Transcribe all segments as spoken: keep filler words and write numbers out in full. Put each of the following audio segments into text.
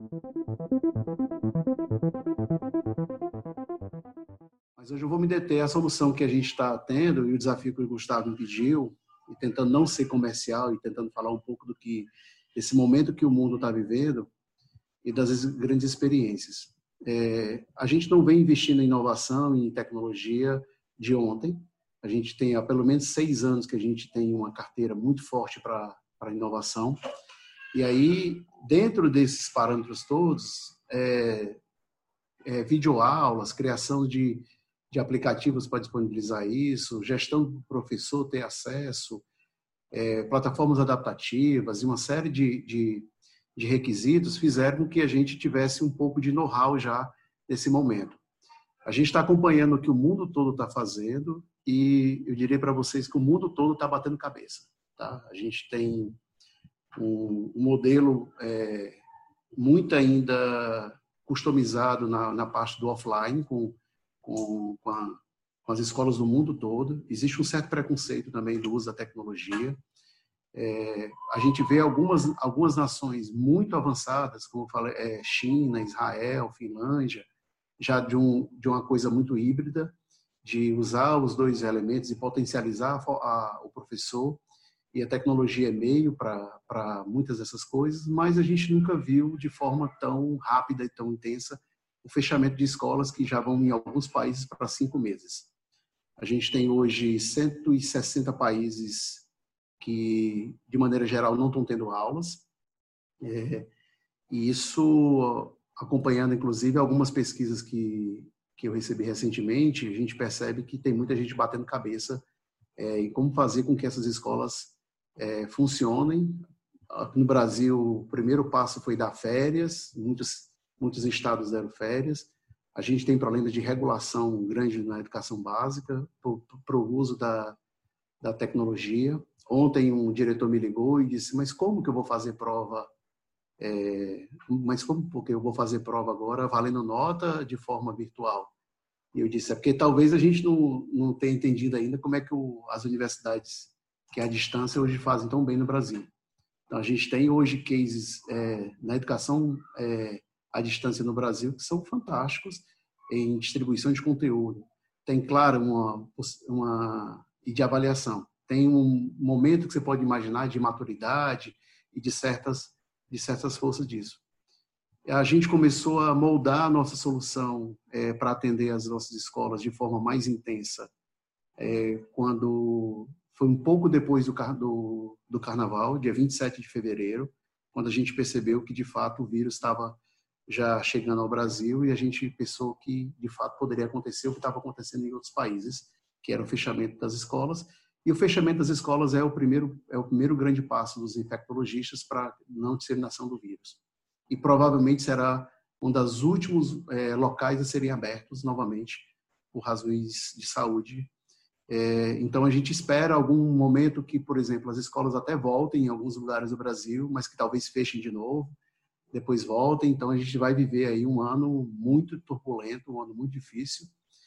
Mas hoje eu vou me deter à solução que a gente está tendo e o desafio que o Gustavo me pediu, e tentando não ser comercial e tentando falar um pouco do que esse momento que o mundo está vivendo e das grandes experiências. É, a gente não vem investindo em inovação e em tecnologia de ontem. A gente tem há pelo menos seis anos que a gente tem uma carteira muito forte para para inovação. E aí, dentro desses parâmetros todos, é, é, videoaulas, criação de, de aplicativos para disponibilizar isso, gestão do professor ter acesso, é, plataformas adaptativas e uma série de, de, de requisitos fizeram com que a gente tivesse um pouco de know-how já nesse momento. A gente está acompanhando o que o mundo todo está fazendo e eu diria para vocês que o mundo todo está batendo cabeça. Tá? A gente tem um, um modelo é, muito ainda customizado na, na parte do offline com, com, com, a, com as escolas do mundo todo. Existe um certo preconceito também do uso da tecnologia. É, a gente vê algumas, algumas nações muito avançadas, como eu falei, é, China, Israel, Finlândia, já de, um, de uma coisa muito híbrida, de usar os dois elementos e potencializar a, a, o professor, e a tecnologia é meio para muitas dessas coisas, mas a gente nunca viu de forma tão rápida e tão intensa o fechamento de escolas que já vão em alguns países para cinco meses. A gente tem hoje cento e sessenta países que, de maneira geral, não estão tendo aulas, é, e isso, acompanhando, inclusive, algumas pesquisas que, que eu recebi recentemente, a gente percebe que tem muita gente batendo cabeça é, em como fazer com que essas escolas é, funcionem. No Brasil, o primeiro passo foi dar férias, muitos, muitos estados deram férias. A gente tem problemas de regulação grande na educação básica para o uso da, da tecnologia. Ontem um diretor me ligou e disse, mas como que eu vou fazer prova? É, mas como porque eu vou fazer prova agora valendo nota de forma virtual? E eu disse, é porque talvez a gente não, não tenha entendido ainda como é que o, as universidades, que é a distância, hoje fazem tão bem no Brasil. Então, a gente tem hoje cases é, na educação é, à distância no Brasil que são fantásticos em distribuição de conteúdo. Tem, claro, uma, uma e de avaliação. Tem um momento que você pode imaginar de maturidade e de certas, de certas forças disso. A gente começou a moldar a nossa solução é, para atender as nossas escolas de forma mais intensa é, quando foi um pouco depois do, do, do Carnaval, dia vinte e sete de fevereiro, quando a gente percebeu que, de fato, o vírus estava já chegando ao Brasil e a gente pensou que, de fato, poderia acontecer o que estava acontecendo em outros países, que era o fechamento das escolas. E o fechamento das escolas é o primeiro, é o primeiro grande passo dos infectologistas para a não disseminação do vírus. E provavelmente será um dos últimos é, locais a serem abertos novamente por razões de saúde. É, então, a gente espera algum momento que, por exemplo, as escolas até voltem em alguns lugares do Brasil, mas que talvez fechem de novo, depois voltem. Então, a gente vai viver aí um ano muito turbulento, um ano muito difícil.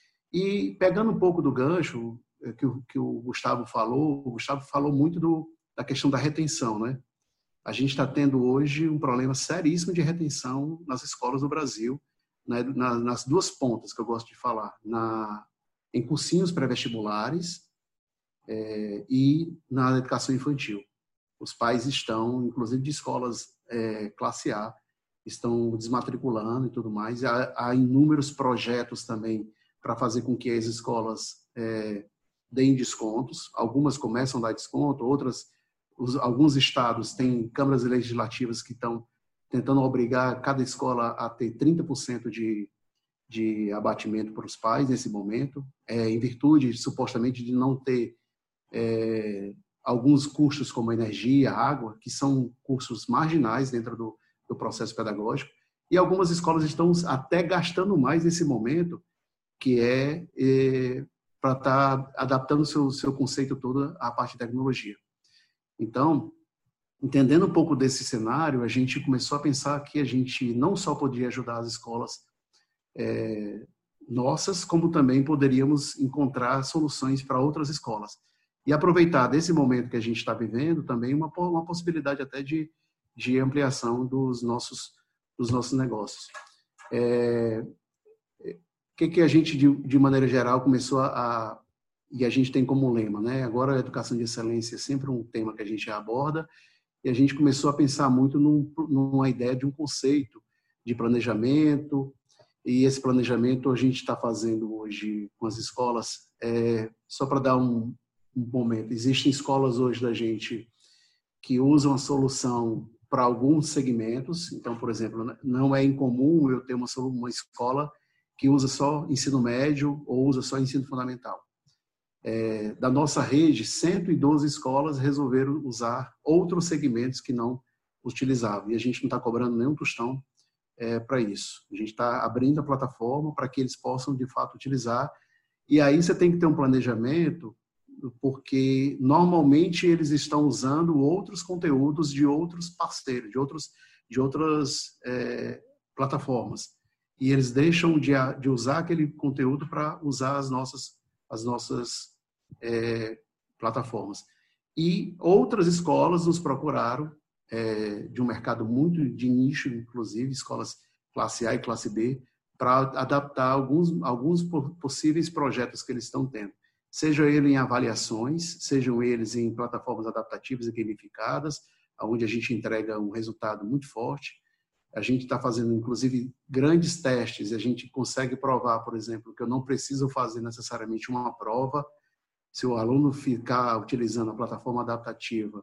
E pegando um pouco do gancho que o, que o Gustavo falou, o Gustavo falou muito do, da questão da retenção, né? A gente está tendo hoje um problema seríssimo de retenção nas escolas do Brasil, né, nas duas pontas que eu gosto de falar, na, em cursinhos pré-vestibulares é, e na educação infantil. Os pais estão, inclusive de escolas é, classe A, estão desmatriculando e tudo mais. Há, há inúmeros projetos também para fazer com que as escolas é, deem descontos. Algumas começam a dar desconto, outras... Os, alguns estados têm câmaras legislativas que estão tentando obrigar cada escola a ter trinta por cento de, de abatimento para os pais nesse momento, é, em virtude, supostamente, de não ter é, alguns custos como energia, água, que são custos marginais dentro do, do processo pedagógico. E algumas escolas estão até gastando mais nesse momento, que é, é para estar tá adaptando o seu, seu conceito todo à parte de tecnologia. Então, entendendo um pouco desse cenário, a gente começou a pensar que a gente não só poderia ajudar as escolas é, nossas, como também poderíamos encontrar soluções para outras escolas. E aproveitar desse momento que a gente está vivendo também uma, uma possibilidade até de, de ampliação dos nossos, dos nossos negócios. É, o que, que a gente, de, de maneira geral, começou a, a... E a gente tem como lema, né? Agora a educação de excelência é sempre um tema que a gente aborda, e a gente começou a pensar muito num, numa ideia de um conceito de planejamento, e esse planejamento a gente está fazendo hoje com as escolas. É, só para dar um, um momento, existem escolas hoje da gente que usam a solução para alguns segmentos. Então, por exemplo, não é incomum eu ter uma, uma escola que usa só ensino médio ou usa só ensino fundamental. É, da nossa rede, cento e doze escolas resolveram usar outros segmentos que não utilizavam. E a gente não está cobrando nenhum tostão é, para isso. A gente está abrindo a plataforma para que eles possam, de fato, utilizar. E aí você tem que ter um planejamento, porque normalmente eles estão usando outros conteúdos de outros parceiros, de, outros, de outras é, plataformas. E eles deixam de, de usar aquele conteúdo para usar as nossas, as nossas é, plataformas. E outras escolas nos procuraram, é, de um mercado muito de nicho, inclusive, escolas classe A e classe B, para adaptar alguns, alguns possíveis projetos que eles estão tendo. Sejam eles em avaliações, sejam eles em plataformas adaptativas e gamificadas, onde a gente entrega um resultado muito forte. A gente está fazendo, inclusive, grandes testes e a gente consegue provar, por exemplo, que eu não preciso fazer necessariamente uma prova. Se o aluno ficar utilizando a plataforma adaptativa,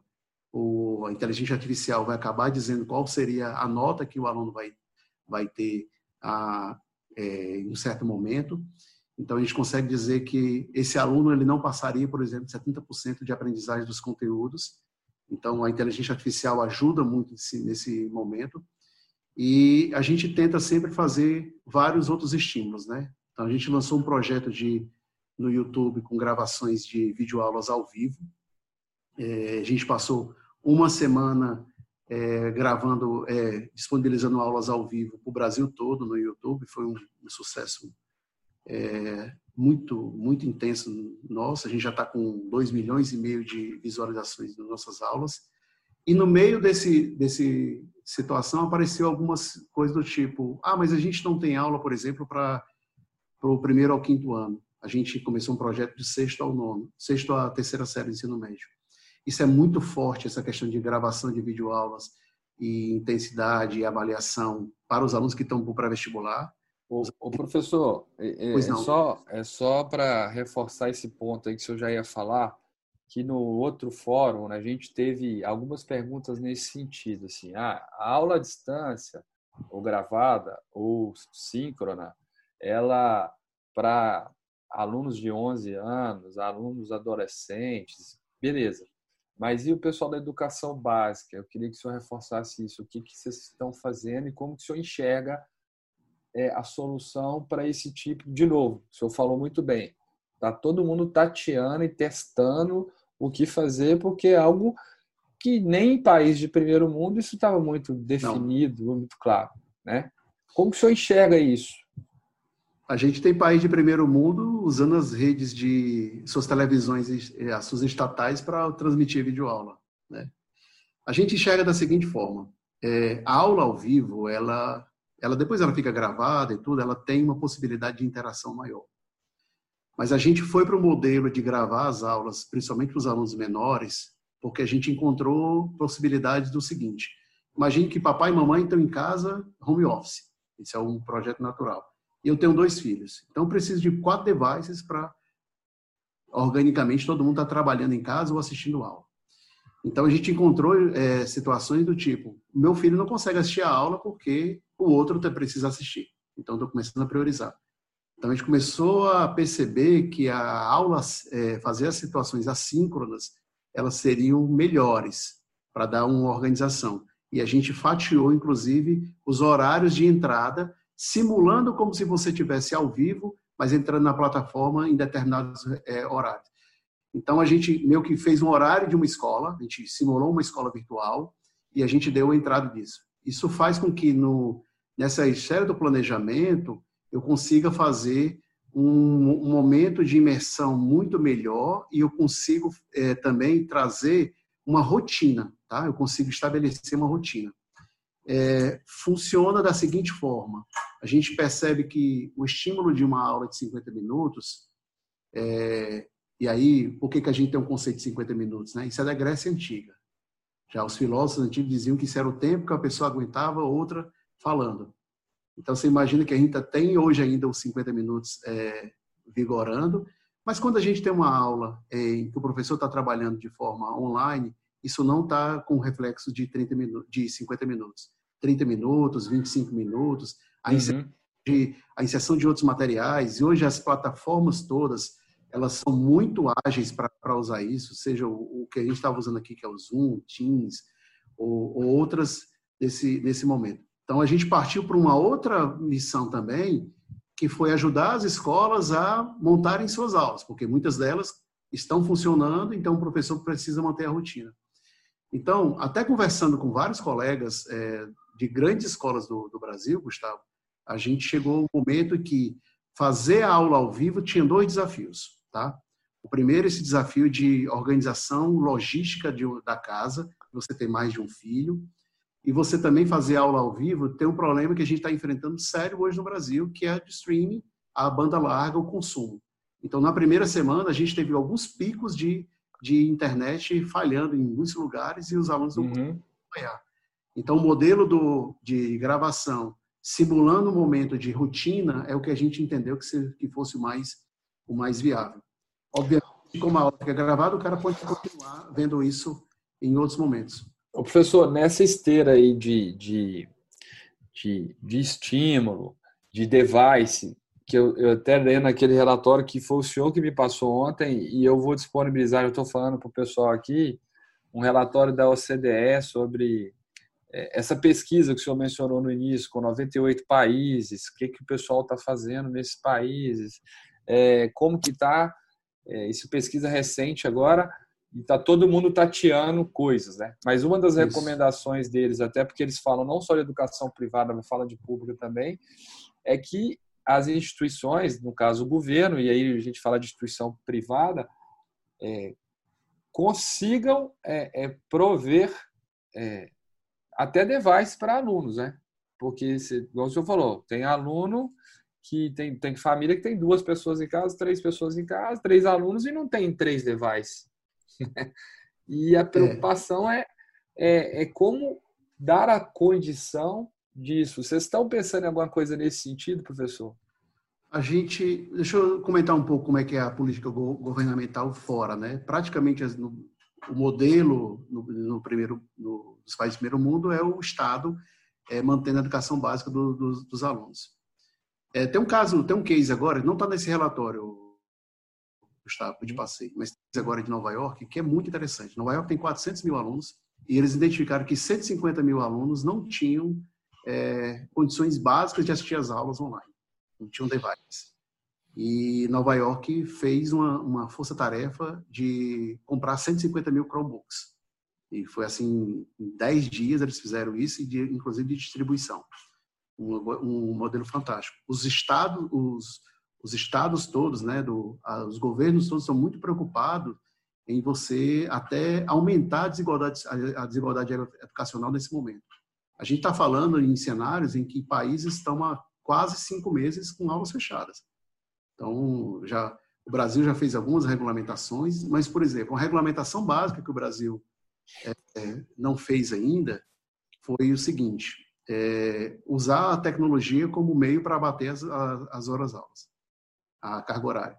a inteligência artificial vai acabar dizendo qual seria a nota que o aluno vai, vai ter a, é, em um certo momento. Então, a gente consegue dizer que esse aluno ele não passaria, por exemplo, setenta por cento de aprendizagem dos conteúdos. Então, a inteligência artificial ajuda muito nesse, nesse momento. E a gente tenta sempre fazer vários outros estímulos, né? Então, a gente lançou um projeto de, no YouTube com gravações de videoaulas ao vivo. É, a gente passou uma semana é, gravando, é, disponibilizando aulas ao vivo para o Brasil todo no YouTube. Foi um, um sucesso é, muito, muito intenso nosso. A gente já está com dois milhões e meio de visualizações nas nossas aulas. E no meio desse, desse situação apareceu algumas coisas do tipo, ah, mas a gente não tem aula, por exemplo, para o primeiro ao quinto ano. A gente começou um projeto de sexto ao nono, sexto à terceira série do ensino médio. Isso é muito forte, essa questão de gravação de videoaulas e intensidade e avaliação para os alunos que estão para o pré-vestibular. O, o professor, é, é só, é só para reforçar esse ponto aí que o senhor já ia falar, que no outro fórum a gente teve algumas perguntas nesse sentido, assim, ah, a aula à distância, ou gravada, ou síncrona, ela, para alunos de onze anos, alunos adolescentes, beleza. Mas e o pessoal da educação básica? Eu queria que o senhor reforçasse isso. O que, que vocês estão fazendo e como que o senhor enxerga é, a solução para esse tipo? De novo, o senhor falou muito bem. Está todo mundo tateando e testando o que fazer, porque é algo que nem em país de primeiro mundo isso estava muito definido, Não. muito claro. Né? Como que o senhor enxerga isso? A gente tem país de primeiro mundo usando as redes de suas televisões, as suas estatais, para transmitir videoaula, né? A gente enxerga da seguinte forma: é, a aula ao vivo, ela, ela depois ela fica gravada e tudo, ela tem uma possibilidade de interação maior. Mas a gente foi para o modelo de gravar as aulas, principalmente para os alunos menores, porque a gente encontrou possibilidades do seguinte: imagine que papai e mamãe estão em casa, home office. Esse é um projeto natural. E eu tenho dois filhos. Então, eu preciso de quatro devices para, organicamente, todo mundo estar trabalhando em casa ou assistindo aula. Então, a gente encontrou é, situações do tipo, meu filho não consegue assistir a aula porque o outro precisa assistir. Então, estou começando a priorizar. Então, a gente começou a perceber que a aula, é, fazer as situações assíncronas, elas seriam melhores para dar uma organização. E a gente fatiou, inclusive, os horários de entrada, simulando como se você estivesse ao vivo, mas entrando na plataforma em determinados é, horários. Então, a gente meio que fez um horário de uma escola, a gente simulou uma escola virtual e a gente deu a entrada disso. Isso faz com que, no, nessa esfera do planejamento, eu consiga fazer um, um momento de imersão muito melhor e eu consigo é, também trazer uma rotina, tá? Eu consigo estabelecer uma rotina. é, funciona da seguinte forma. A gente percebe que o estímulo de uma aula de cinquenta minutos, é, e aí, por que, que a gente tem um conceito de cinquenta minutos? Né? Isso é da Grécia Antiga. Já os filósofos antigos diziam que isso era o tempo que a pessoa aguentava outra falando. Então, você imagina que a gente tem hoje ainda os cinquenta minutos é, vigorando, mas quando a gente tem uma aula em que o professor está trabalhando de forma online, isso não está com reflexo de, trinta minutos, de cinquenta minutos. trinta minutos, vinte e cinco minutos, a, uhum. inserção de, a inserção de outros materiais. E hoje as plataformas todas, elas são muito ágeis para usar isso, seja o, o que a gente estava usando aqui, que é o Zoom, Teams, ou, ou outras desse, nesse momento. Então, a gente partiu para uma outra missão também, que foi ajudar as escolas a montarem suas aulas, porque muitas delas estão funcionando, então o professor precisa manter a rotina. Então, até conversando com vários colegas é, de grandes escolas do, do Brasil, Gustavo, a gente chegou ao momento que fazer a aula ao vivo tinha dois desafios. Tá? O primeiro, esse desafio de organização logística de, da casa, você tem mais de um filho, e você também fazer aula ao vivo tem um problema que a gente está enfrentando sério hoje no Brasil, que é de streaming, a banda larga, o consumo. Então, na primeira semana, a gente teve alguns picos de, de internet falhando em muitos lugares e os alunos não conseguiam acompanhar. Então, o modelo do, de gravação simulando o momento de rotina é o que a gente entendeu que, se, que fosse o mais, o mais viável. Obviamente, como a aula fica gravada, o cara pode continuar vendo isso em outros momentos. Ô, professor, nessa esteira aí de, de, de, de estímulo, de device, que eu, eu até lendo aquele relatório que foi o senhor que me passou ontem, e eu vou disponibilizar, eu estou falando para o pessoal aqui, um relatório da O C D E sobre essa pesquisa que o senhor mencionou no início, com noventa e oito países, o que, que o pessoal está fazendo nesses países, é, como que está, é, isso pesquisa recente agora, e está todo mundo tateando coisas, né? Mas uma das Isso. recomendações deles, até porque eles falam não só de educação privada, mas falam de pública também, é que as instituições, no caso o governo, e aí a gente fala de instituição privada, é, consigam é, é, prover é, até device para alunos, né? Porque, como o senhor falou, tem aluno que tem, tem família que tem duas pessoas em casa, três pessoas em casa, três alunos e não tem três devices. E a preocupação é. É, é como dar a condição disso. Vocês estão pensando em alguma coisa nesse sentido, professor? A gente, deixa eu comentar um pouco como é que é a política governamental fora, né? Praticamente no, o modelo no, no primeiro, no, nos países do primeiro mundo é o Estado é, mantendo a educação básica do, do, dos alunos. É, tem um caso, tem um case agora, não está nesse relatório, Gustavo, eu te passei, mas agora de Nova York, que é muito interessante. Nova York tem quatrocentos mil alunos e eles identificaram que cento e cinquenta mil alunos não tinham é, condições básicas de assistir às aulas online, não tinham devices. E Nova York fez uma, uma força-tarefa de comprar cento e cinquenta mil Chromebooks. E foi assim, em dez dias eles fizeram isso, e de, inclusive de distribuição. Um, um modelo fantástico. Os estados, os Os estados todos, né, do, os governos todos estão muito preocupados em você até aumentar a desigualdade, a desigualdade educacional nesse momento. A gente está falando em cenários em que países estão há quase cinco meses com aulas fechadas. Então, já, o Brasil já fez algumas regulamentações, mas, por exemplo, a regulamentação básica que o Brasil é, é, não fez ainda foi o seguinte, é, usar a tecnologia como meio para abater as, as horas-aulas. A carga horária.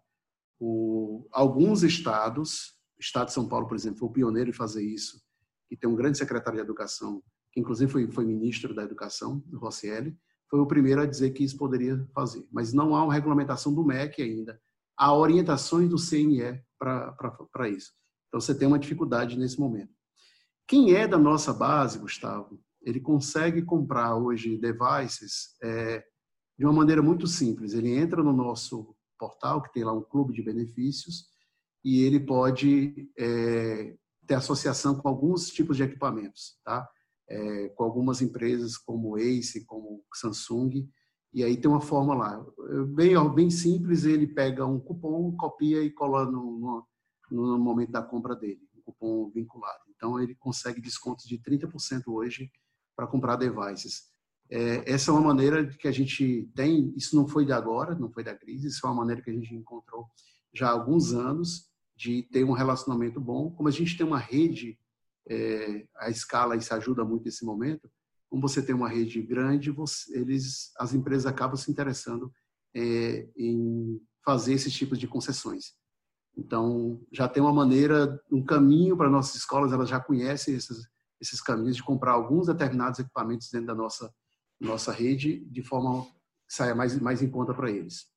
O, alguns estados, o estado de São Paulo, por exemplo, foi o pioneiro em fazer isso, que tem um grande secretário de educação, que inclusive foi, foi ministro da educação, do Rosselli, foi o primeiro a dizer que isso poderia fazer. Mas não há uma regulamentação do M E C ainda. Há orientações do C N E para isso. Então, você tem uma dificuldade nesse momento. Quem é da nossa base, Gustavo, ele consegue comprar hoje devices é, de uma maneira muito simples. Ele entra no nosso portal, que tem lá um clube de benefícios, e ele pode é, ter associação com alguns tipos de equipamentos, tá? É, com algumas empresas como Ace, como Samsung, e aí tem uma forma lá. Bem, bem simples, ele pega um cupom, copia e cola no, no, no momento da compra dele, um cupom vinculado. Então, ele consegue descontos de trinta por cento hoje para comprar devices. É, essa é uma maneira que a gente tem, isso não foi de agora, não foi da crise, isso é uma maneira que a gente encontrou já há alguns anos de ter um relacionamento bom. Como a gente tem uma rede, é, a escala isso ajuda muito nesse momento, como você tem uma rede grande, você, eles, as empresas acabam se interessando é, em fazer esses tipos de concessões. Então, já tem uma maneira, um caminho para nossas escolas, elas já conhecem esses, esses caminhos de comprar alguns determinados equipamentos dentro da nossa, nossa rede, de forma que saia mais, mais em conta para eles.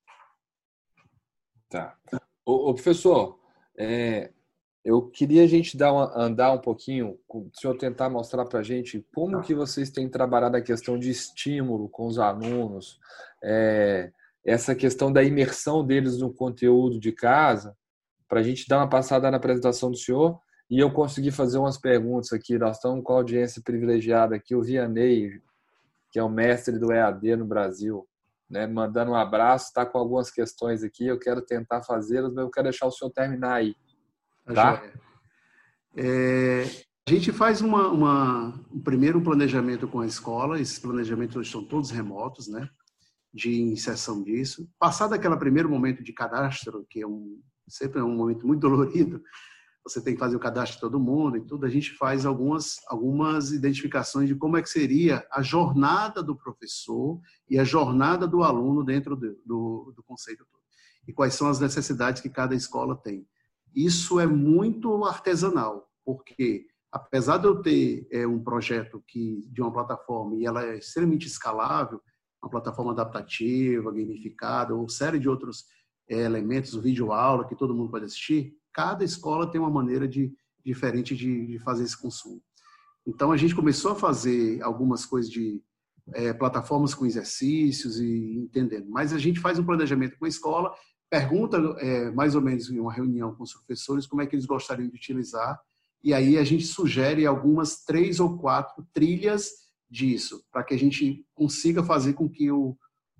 Tá. Ô, ô professor, é, eu queria a gente dar uma, andar um pouquinho, o senhor tentar mostrar para a gente como que vocês têm trabalhado a questão de estímulo com os alunos, é, essa questão da imersão deles no conteúdo de casa, para a gente dar uma passada na apresentação do senhor e eu conseguir fazer umas perguntas aqui. Nós estamos com a audiência privilegiada aqui, o Vianney, que é o mestre do E A D no Brasil, né, mandando um abraço, está com algumas questões aqui, eu quero tentar fazê-las, mas eu quero deixar o senhor terminar aí. Tá? É, a gente faz uma, uma, um primeiro planejamento com a escola, esses planejamentos hoje são todos remotos, né, de inserção disso. Passado aquele primeiro momento de cadastro, que é um, sempre é um momento muito dolorido, você tem que fazer o cadastro de todo mundo e tudo, a gente faz algumas, algumas identificações de como é que seria a jornada do professor e a jornada do aluno dentro do, do, do conceito todo. E quais são as necessidades que cada escola tem. Isso é muito artesanal, porque apesar de eu ter é, um projeto que, de uma plataforma e ela é extremamente escalável, uma plataforma adaptativa, gamificada, ou série de outros é, elementos, o vídeo aula que todo mundo pode assistir, cada escola tem uma maneira de, diferente de, de fazer esse consumo. Então, a gente começou a fazer algumas coisas de é, plataformas com exercícios e entendendo. Mas a gente faz um planejamento com a escola, pergunta é, mais ou menos em uma reunião com os professores como é que eles gostariam de utilizar, e aí a gente sugere algumas três ou quatro trilhas disso, para que a gente consiga fazer com que o,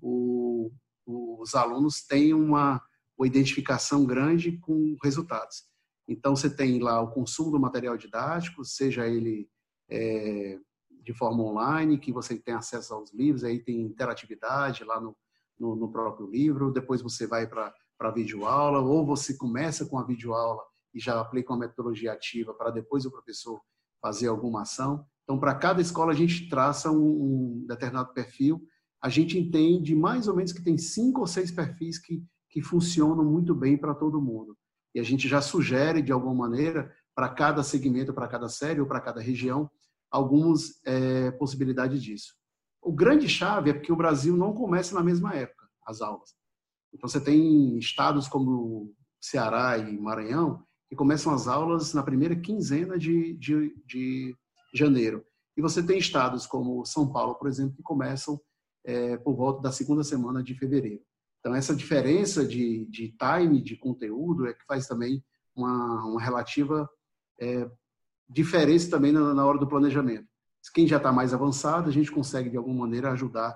o, os alunos tenham uma, uma identificação grande com resultados. Então, você tem lá o consumo do material didático, seja ele é, de forma online, que você tem acesso aos livros, aí tem interatividade lá no, no, no próprio livro, depois você vai para a videoaula, ou você começa com a videoaula e já aplica uma metodologia ativa para depois o professor fazer alguma ação. Então, para cada escola, a gente traça um, um determinado perfil. A gente entende mais ou menos que tem cinco ou seis perfis que, que funcionam muito bem para todo mundo. E a gente já sugere, de alguma maneira, para cada segmento, para cada série ou para cada região, algumas é, possibilidades disso. O grande chave é porque o Brasil não começa na mesma época, as aulas. Então, você tem estados como Ceará e Maranhão, que começam as aulas na primeira quinzena de, de, de janeiro. E você tem estados como São Paulo, por exemplo, que começam é, por volta da segunda semana de fevereiro. Então, essa diferença de, de time, de conteúdo, é que faz também uma, uma relativa é, diferença também na, na hora do planejamento. Quem já está mais avançado, a gente consegue, de alguma maneira, ajudar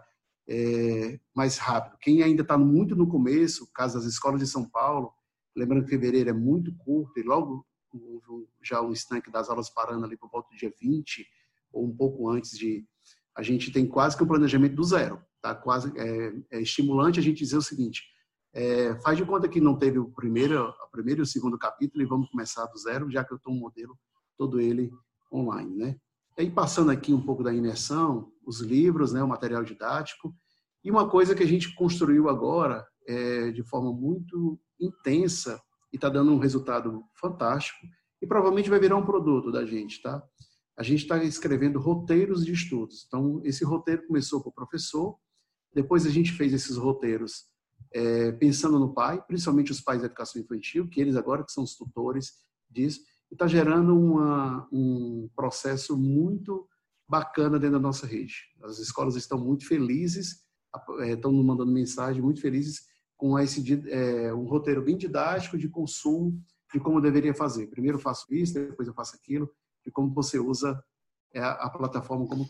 é, mais rápido. Quem ainda está muito no começo, caso das escolas de São Paulo, lembrando que fevereiro é muito curto, e logo já o estanque das aulas parando ali por volta do dia vinte, ou um pouco antes de... A gente tem quase que um planejamento do zero. Tá? Quase, é, é estimulante a gente dizer o seguinte, é, faz de conta que não teve o primeiro, o primeiro e o segundo capítulo e vamos começar do zero, já que eu estou um modelo todo ele online. Né? E aí, passando aqui um pouco da imersão, os livros, né, o material didático, e uma coisa que a gente construiu agora é, de forma muito intensa e está dando um resultado fantástico e provavelmente vai virar um produto da gente, tá? A gente está escrevendo roteiros de estudos. Então, esse roteiro começou com o professor, depois a gente fez esses roteiros é, pensando no pai, principalmente os pais da educação infantil, que eles agora que são os tutores disso, e está gerando uma, um processo muito bacana dentro da nossa rede. As escolas estão muito felizes, estão nos mandando mensagem, muito felizes com esse é, um roteiro bem didático de consumo, de como eu deveria fazer. Primeiro eu faço isso, depois eu faço aquilo, de como você usa a, a plataforma como...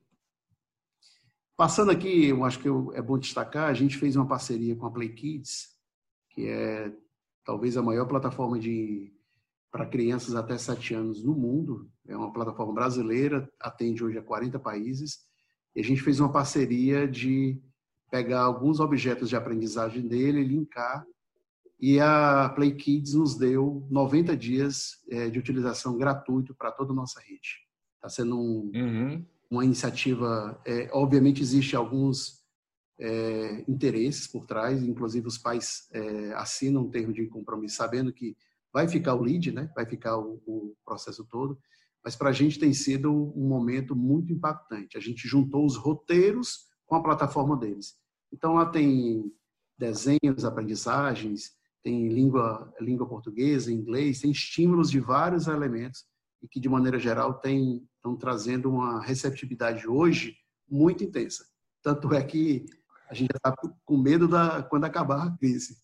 Passando aqui, eu acho que eu, é bom destacar, a gente fez uma parceria com a Play Kids, que é talvez a maior plataforma de para crianças até sete anos no mundo. É uma plataforma brasileira, atende hoje a quarenta países. E a gente fez uma parceria de pegar alguns objetos de aprendizagem dele, linkar, e a Play Kids nos deu noventa dias é, de utilização gratuito para toda a nossa rede. Está sendo um, uhum. uma iniciativa... É, obviamente, existe alguns é, interesses por trás, inclusive os pais é, assinam um termo de compromisso, sabendo que vai ficar o lead, né? Vai ficar o, o processo todo, mas para a gente tem sido um momento muito impactante. A gente juntou os roteiros com a plataforma deles. Então, lá tem desenhos, aprendizagens, tem língua, língua portuguesa, inglês, tem estímulos de vários elementos e que, de maneira geral, tem, estão trazendo uma receptividade hoje muito intensa. Tanto é que a gente está com medo da, quando acabar a crise.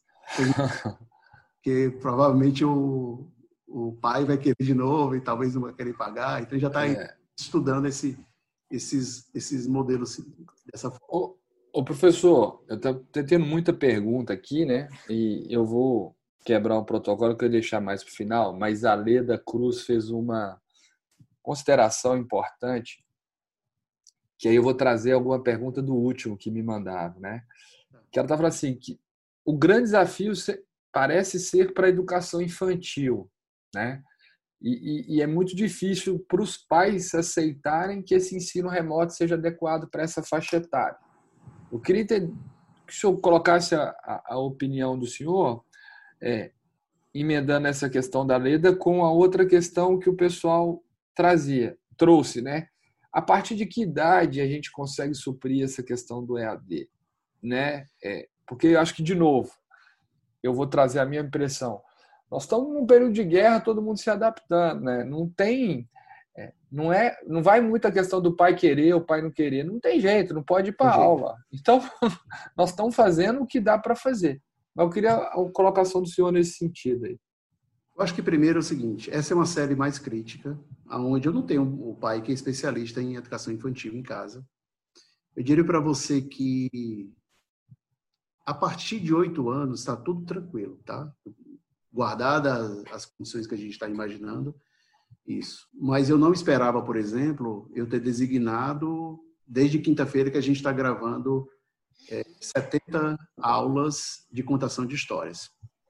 Porque provavelmente o, o pai vai querer de novo e talvez não vai querer pagar. Então, já está é. estudando esse, esses, esses modelos dessa forma. Ô, ô professor, eu estou tendo muita pergunta aqui, né? E eu vou quebrar um protocolo que eu ia deixar mais para o final, mas a Leda Cruz fez uma consideração importante, que aí eu vou trazer alguma pergunta do último que me mandaram, né? Que ela está falando assim, que o grande desafio parece ser para a educação infantil, né? E, e, e é muito difícil para os pais aceitarem que esse ensino remoto seja adequado para essa faixa etária. Eu queria ter, que o senhor colocasse a, a, a opinião do senhor, é, emendando essa questão da Leda com a outra questão que o pessoal trazia, trouxe, né? A partir de que idade a gente consegue suprir essa questão do E A D? Né? É, porque eu acho que, de novo, eu vou trazer a minha impressão. Nós estamos num período de guerra, todo mundo se adaptando, né? Não tem, é, não é, não vai muito a questão do pai querer, o pai não querer. Não tem jeito, não pode ir para a aula. Então, nós estamos fazendo o que dá para fazer. Mas eu queria a colocação do senhor nesse sentido aí. Eu acho que primeiro é o seguinte, essa é uma série mais crítica, onde eu não tenho um pai que é especialista em educação infantil em casa. Eu diria para você que a partir de oito anos está tudo tranquilo, tá? Guardadas as condições que a gente está imaginando, isso. Mas eu não esperava, por exemplo, eu ter designado, desde quinta-feira que a gente está gravando é, setenta aulas de contação de histórias.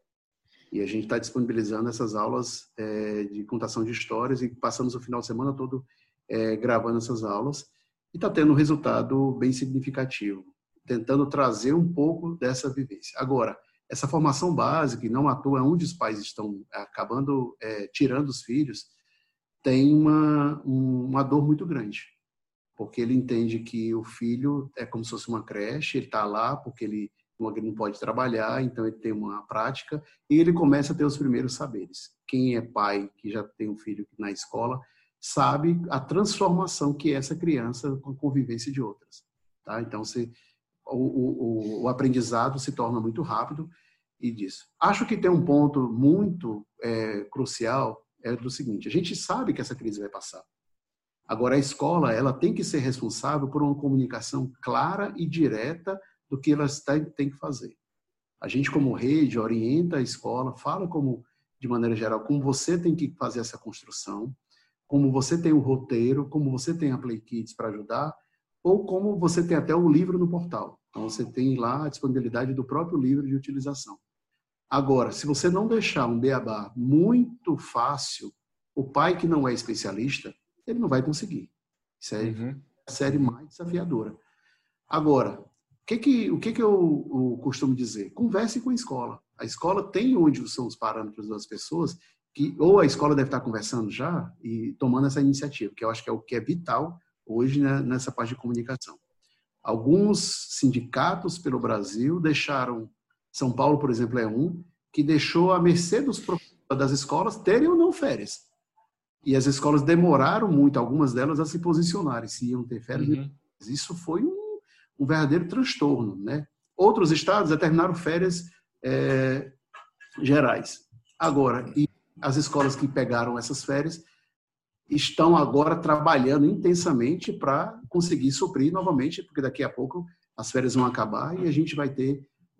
E a gente está disponibilizando essas aulas é, de contação de histórias e passamos o final de semana todo é, gravando essas aulas e está tendo um resultado bem significativo, tentando trazer um pouco dessa vivência. Agora, essa formação básica, e não à toa onde os pais estão acabando é, tirando os filhos, tem uma, uma dor muito grande, porque ele entende que o filho é como se fosse uma creche, ele está lá porque ele ele não pode trabalhar, então ele tem uma prática e ele começa a ter os primeiros saberes. Quem é pai que já tem um filho na escola sabe a transformação que é essa criança com a convivência de outras. Tá? Então, se, o, o, o aprendizado se torna muito rápido e disso. Acho que tem um ponto muito é, crucial, é do seguinte, a gente sabe que essa crise vai passar. Agora, a escola ela tem que ser responsável por uma comunicação clara e direta do que elas têm que fazer. A gente, como rede, orienta a escola, fala como, de maneira geral, como você tem que fazer essa construção, como você tem o roteiro, como você tem a Play Kids para ajudar, ou como você tem até o livro no portal. Então, você tem lá a disponibilidade do próprio livro de utilização. Agora, se você não deixar um beabá muito fácil, o pai que não é especialista, ele não vai conseguir. Isso é uhum. a série mais desafiadora. Agora, O que, que, o que, que eu, eu costumo dizer? Converse com a escola. A escola tem onde são os parâmetros das pessoas, que, ou a escola deve estar conversando já e tomando essa iniciativa, que eu acho que é o que é vital hoje, né, nessa parte de comunicação. Alguns sindicatos pelo Brasil deixaram, São Paulo, por exemplo, é um, que deixou à mercê dos professores das escolas terem ou não férias. E as escolas demoraram muito, algumas delas, a se posicionarem, se iam ter férias. Uhum. Isso foi um um verdadeiro transtorno, né? Outros estados determinaram férias é, gerais. Agora, e as escolas que pegaram essas férias estão agora trabalhando intensamente para conseguir suprir novamente, porque daqui a pouco as férias vão acabar e a gente vai ter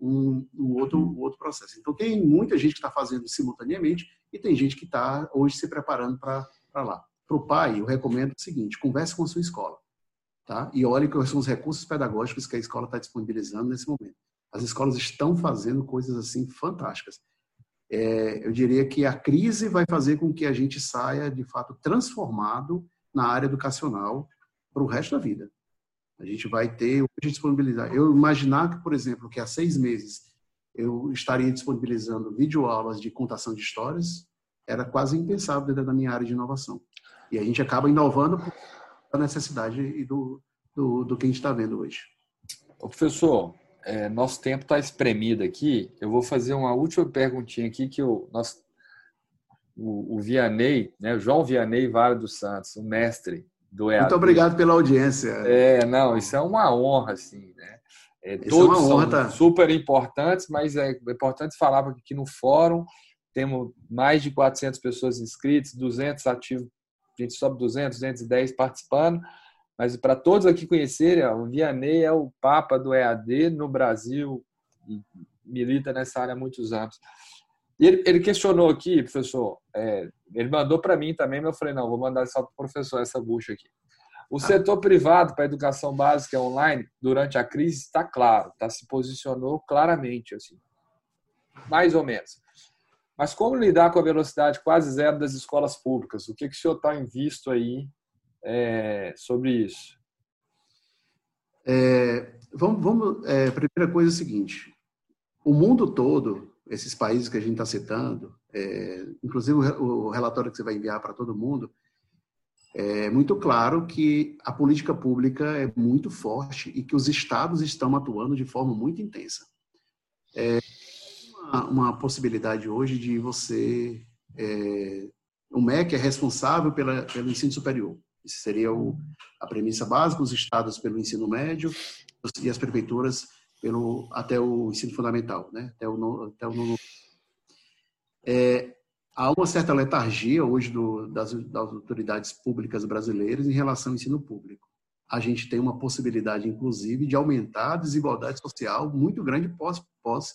um, um, outro, um outro processo. Então, tem muita gente que está fazendo simultaneamente e tem gente que está hoje se preparando para lá. Para o pai, eu recomendo o seguinte, converse com a sua escola, tá? E olhe quais são os recursos pedagógicos que a escola está disponibilizando nesse momento. As escolas estão fazendo coisas assim fantásticas. É, eu diria que a crise vai fazer com que a gente saia, de fato, transformado na área educacional para o resto da vida. A gente vai ter hoje disponibilidade. Eu imaginar que, por exemplo, que há seis meses eu estaria disponibilizando videoaulas de contação de histórias, era quase impensável dentro da minha área de inovação. E a gente acaba inovando por a necessidade e do, do, do que a gente está vendo hoje. Ô, professor, é, nosso tempo está espremido aqui. Eu vou fazer uma última perguntinha aqui que o, nosso, o, o Vianney, né, o João Vianney Vale dos Santos, o mestre do E A D. Muito obrigado pela audiência. É, não, isso é uma honra, assim, né? É, todos é uma honra, são tá? super importantes, mas é importante falar porque aqui no fórum temos mais de quatrocentas pessoas inscritas, duzentos ativos, a gente sobe duzentos, duzentos e dez participando, mas para todos aqui conhecerem, ó, o Vianney é o papa do E A D no Brasil e milita nessa área há muitos anos. E ele, ele questionou aqui, professor, é, ele mandou para mim também, mas eu falei, não, vou mandar só para o professor essa bucha aqui. O setor privado para a educação básica online, durante a crise, está claro, tá, se posicionou claramente, assim, mais ou menos. Mas como lidar com a velocidade quase zero das escolas públicas? O que, que o senhor está em visto aí é, sobre isso? É, vamos, vamos, é, a primeira coisa é o seguinte, o mundo todo, esses países que a gente está citando, é, inclusive o, o relatório que você vai enviar para todo mundo, é muito claro que a política pública é muito forte e que os estados estão atuando de forma muito intensa. É uma, uma possibilidade hoje de você... É, o M E C é responsável pela, pelo ensino superior. Isso seria o, a premissa básica, os estados pelo ensino médio e as prefeituras pelo, até o ensino fundamental, né? até o, até o nono. É, há uma certa letargia hoje do, das, das autoridades públicas brasileiras em relação ao ensino público. A gente tem uma possibilidade, inclusive, de aumentar a desigualdade social muito grande pós, pós,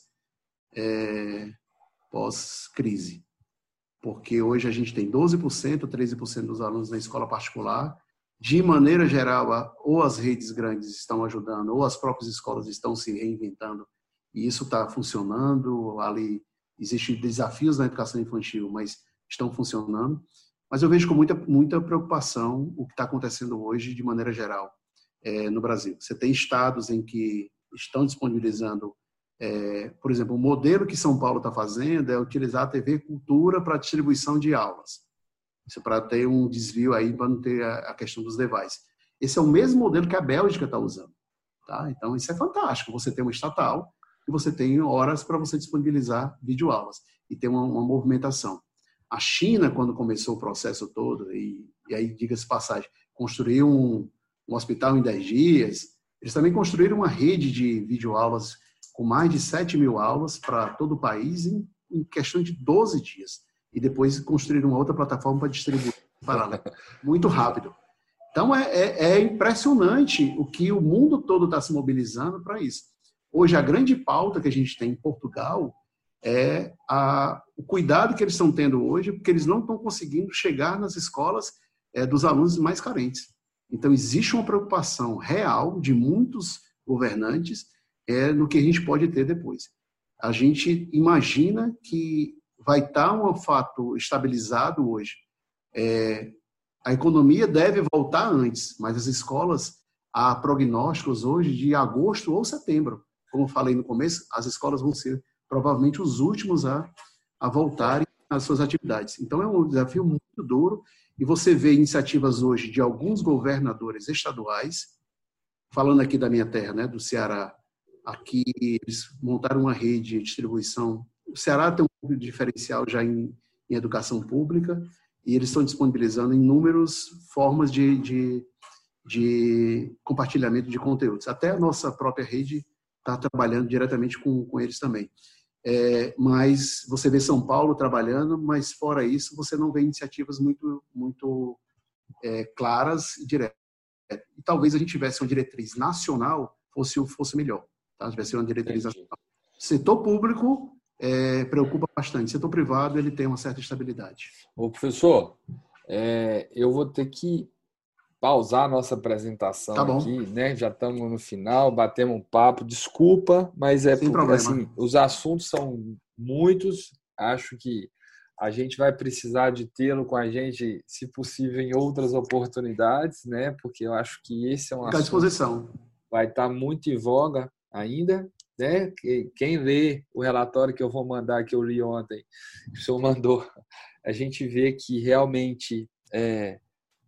é, pós-crise. Porque hoje a gente tem doze por cento, treze por cento dos alunos na escola particular. De maneira geral, ou as redes grandes estão ajudando, ou as próprias escolas estão se reinventando, e isso está funcionando. Ali existem desafios na educação infantil, mas estão funcionando. Mas eu vejo com muita, muita preocupação o que está acontecendo hoje, de maneira geral, é, no Brasil. Você tem estados em que estão disponibilizando, é, por exemplo, o modelo que São Paulo está fazendo é utilizar a T V Cultura para distribuição de aulas. Isso para ter um desvio aí, para não ter a questão dos devices. Esse é o mesmo modelo que a Bélgica está usando. Tá? Então, isso é fantástico. Você tem uma estatal e você tem horas para você disponibilizar videoaulas e ter uma, uma movimentação. A China, quando começou o processo todo, e, e aí, diga-se passagem, construiu um, um hospital em dez dias, eles também construíram uma rede de videoaulas com mais de sete mil aulas para todo o país em, em questão de doze dias. E depois construíram uma outra plataforma para distribuir paralelo. Muito rápido. Então, é, é, é impressionante o que o mundo todo está se mobilizando para isso. Hoje, a grande pauta que a gente tem em Portugal é a, o cuidado que eles estão tendo hoje, porque eles não estão conseguindo chegar nas escolas é, dos alunos mais carentes. Então, existe uma preocupação real de muitos governantes é, no que a gente pode ter depois. A gente imagina que vai estar um fato estabilizado hoje. É, a economia deve voltar antes, mas as escolas, há prognósticos hoje de agosto ou setembro. Como eu falei no começo, as escolas vão ser provavelmente os últimos a, a voltarem às suas atividades. Então, é um desafio muito duro e você vê iniciativas hoje de alguns governadores estaduais, falando aqui da minha terra, né, do Ceará, aqui eles montaram uma rede de distribuição. O Ceará tem um diferencial já em, em educação pública e eles estão disponibilizando inúmeras formas de, de, de compartilhamento de conteúdos. Até a nossa própria rede está trabalhando diretamente com, com eles também. É, mas você vê São Paulo trabalhando, mas fora isso você não vê iniciativas muito, muito é, claras e diretas. E talvez a gente tivesse uma diretriz nacional, fosse, fosse melhor. Tá? Tivesse uma diretriz Entendi. nacional. Setor público é, preocupa bastante. Setor privado, ele tem uma certa estabilidade. Ô, professor, é, eu vou ter que pausar a nossa apresentação tá bom. aqui, né? Já estamos no final, batemos um papo. Desculpa, mas é Sem porque problema. assim, os assuntos são muitos. Acho que a gente vai precisar de tê-lo com a gente, se possível, em outras oportunidades, né? Porque eu acho que esse é um Fica à disposição. Vai estar muito em voga ainda, né? Quem lê o relatório que eu vou mandar, que eu li ontem, que o senhor mandou, a gente vê que realmente é,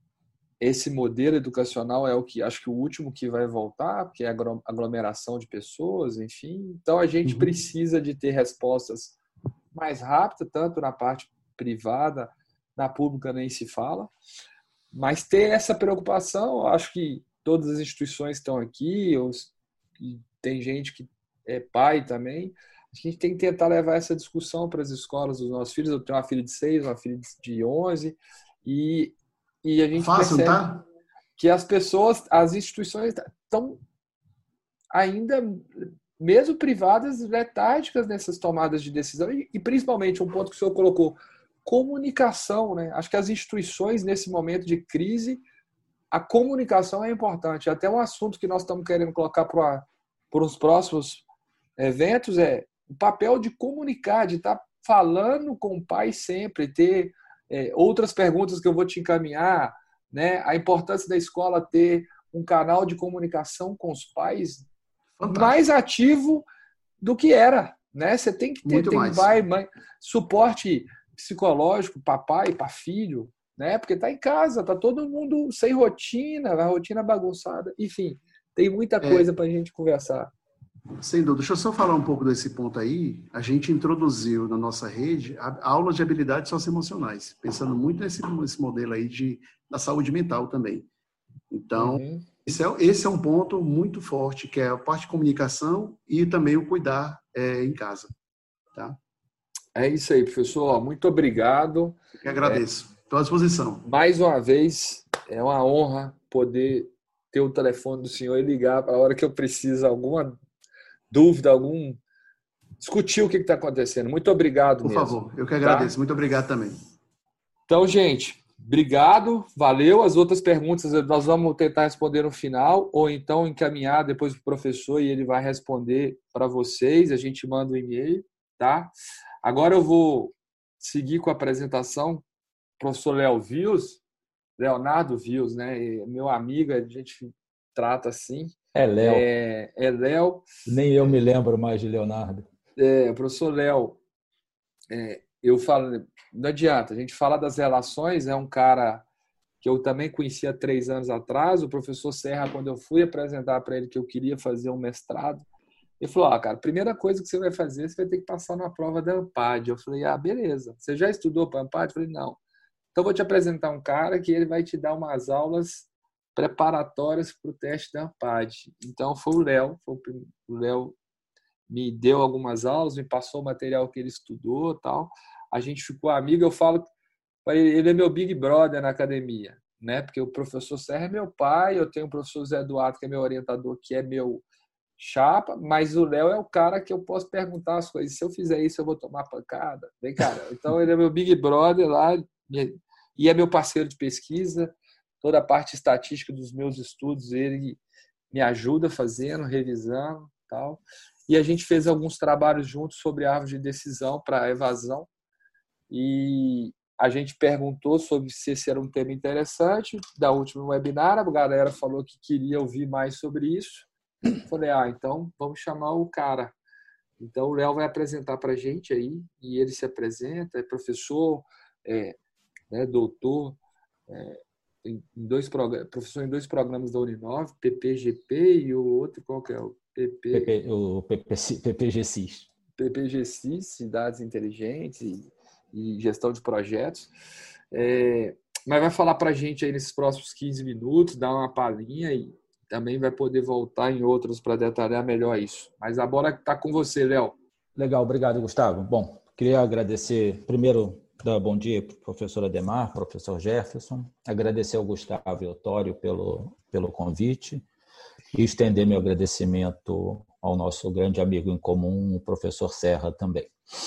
esse modelo educacional é o que acho que o último que vai voltar, porque é aglomeração de pessoas, enfim. Então a gente uhum. precisa de ter respostas mais rápidas, tanto na parte privada, na pública nem se fala, mas ter essa preocupação, acho que todas as instituições estão aqui, os, tem gente que é pai também, a gente tem que tentar levar essa discussão para as escolas dos nossos filhos. Eu tenho uma filha de seis, uma filha de onze, e E a gente Fácil, percebe tá? que as pessoas, as instituições estão ainda, mesmo privadas, letárgicas nessas tomadas de decisão. E, e principalmente, um ponto que o senhor colocou, comunicação, né? Acho que as instituições, nesse momento de crise, a comunicação é importante. Até um assunto que nós estamos querendo colocar para, para os próximos eventos é o papel de comunicar, de estar falando com o pai sempre, ter... É, outras perguntas que eu vou te encaminhar, né? A importância da escola ter um canal de comunicação com os pais Fantástico. mais ativo do que era, né? Você tem que ter Muito tem mais. pai, mãe, suporte psicológico, papai, para filho, né? Porque tá em casa, tá todo mundo sem rotina, a rotina bagunçada, enfim, tem muita coisa é. para a gente conversar. Sem dúvida. Deixa eu só falar um pouco desse ponto aí. A gente introduziu na nossa rede aulas de habilidades socioemocionais, pensando muito nesse, nesse modelo aí de, da saúde mental também. Então, uhum. esse, é, esse é um ponto muito forte, que é a parte de comunicação e também o cuidar é, em casa. Tá? É isso aí, professor. Muito obrigado. Eu que agradeço. Estou à disposição. Mais uma vez, é uma honra poder ter o telefone do senhor e ligar para a hora que eu preciso alguma dúvida, algum... discutir o que está acontecendo. Muito obrigado Por mesmo. Por favor, eu que agradeço. Tá? Muito obrigado também. Então, gente, obrigado, valeu. As outras perguntas nós vamos tentar responder no final, ou então encaminhar depois para o professor e ele vai responder para vocês. A gente manda um e-mail, tá? Agora eu vou seguir com a apresentação. Professor Léo Vius, Leonardo Vius, né? Meu amigo, a gente trata assim. É Léo. É, é Léo. Nem eu me lembro mais de Leonardo. É, professor Léo, é, eu falo, não adianta, a gente fala das relações, é um cara que eu também conheci há três anos atrás, o professor Serra, quando eu fui apresentar para ele que eu queria fazer um mestrado, ele falou, ah, cara, a primeira coisa que você vai fazer, você vai ter que passar na prova da ANPAD. Eu falei, ah, beleza, você já estudou para a ANPAD? Eu falei, não. Então, vou te apresentar um cara que ele vai te dar umas aulas preparatórias para o teste da ANPAD. Então, foi o Léo. O Léo me deu algumas aulas, me passou o material que ele estudou e tal. A gente ficou amigo. Eu falo, ele é meu big brother na academia, né? Porque o professor Serra é meu pai, eu tenho o professor Zé Eduardo, que é meu orientador, que é meu chapa, mas o Léo é o cara que eu posso perguntar as coisas. Se eu fizer isso, eu vou tomar pancada. Vem, cara. Então, ele é meu big brother lá e é meu parceiro de pesquisa. Toda a parte estatística dos meus estudos, ele me ajuda fazendo, revisando e tal. E a gente fez alguns trabalhos juntos sobre árvore de decisão para evasão. E a gente perguntou sobre se esse era um tema interessante. Da última webinar, a galera falou que queria ouvir mais sobre isso. Falei, ah, então vamos chamar o cara. Então o Léo vai apresentar para a gente aí, e ele se apresenta, é professor, é, né, doutor, é, em dois professor em dois programas da Uninove, P P G P e o outro, qual que é? O P P... P P, o P P G C I S. P P G C I S, Cidades Inteligentes e, e Gestão de Projetos. É, mas vai falar para a gente aí nesses próximos quinze minutos, dar uma palhinha e também vai poder voltar em outros para detalhar melhor isso. Mas a bola está com você, Léo. Legal, obrigado, Gustavo. Bom, queria agradecer, primeiro, dar bom dia para o professor Ademar, professor Jefferson, agradecer ao Gustavo e ao Tório pelo, pelo convite e estender meu agradecimento ao nosso grande amigo em comum, o professor Serra também.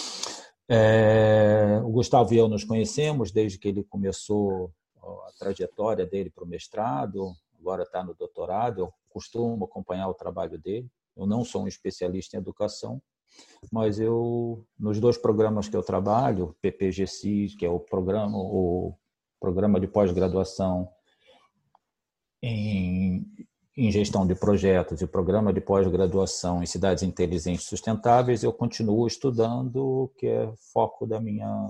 É, o Gustavo e eu nos conhecemos desde que ele começou a trajetória dele para o mestrado, agora está no doutorado. Eu costumo acompanhar o trabalho dele. Eu não sou um especialista em educação, mas eu, nos dois programas que eu trabalho, P P G C I S, que é o programa, o programa de pós-graduação em, em gestão de projetos e o programa de pós-graduação em cidades inteligentes e sustentáveis, eu continuo estudando, que é foco da minha,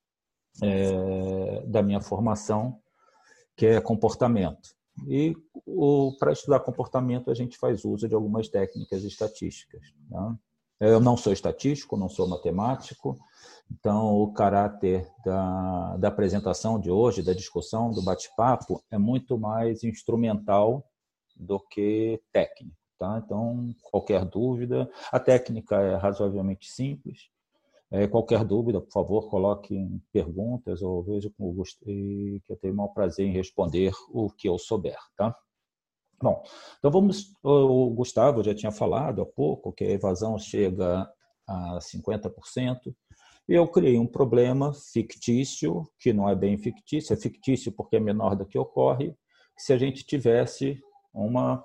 é, da minha formação, que é comportamento. E para estudar comportamento, a gente faz uso de algumas técnicas estatísticas. Tá? Eu não sou estatístico, não sou matemático, então o caráter da, da apresentação de hoje, da discussão, do bate-papo, é muito mais instrumental do que técnico. Tá? Então, qualquer dúvida, a técnica é razoavelmente simples. É, qualquer dúvida, por favor, coloque em perguntas ou veja com o Gustavo, que eu tenho o maior prazer em responder o que eu souber. Tá? Bom, então vamos. O Gustavo já tinha falado há pouco que a evasão chega a cinquenta por cento. Eu criei um problema fictício, que não é bem fictício, é fictício porque é menor do que ocorre, se a gente tivesse uma,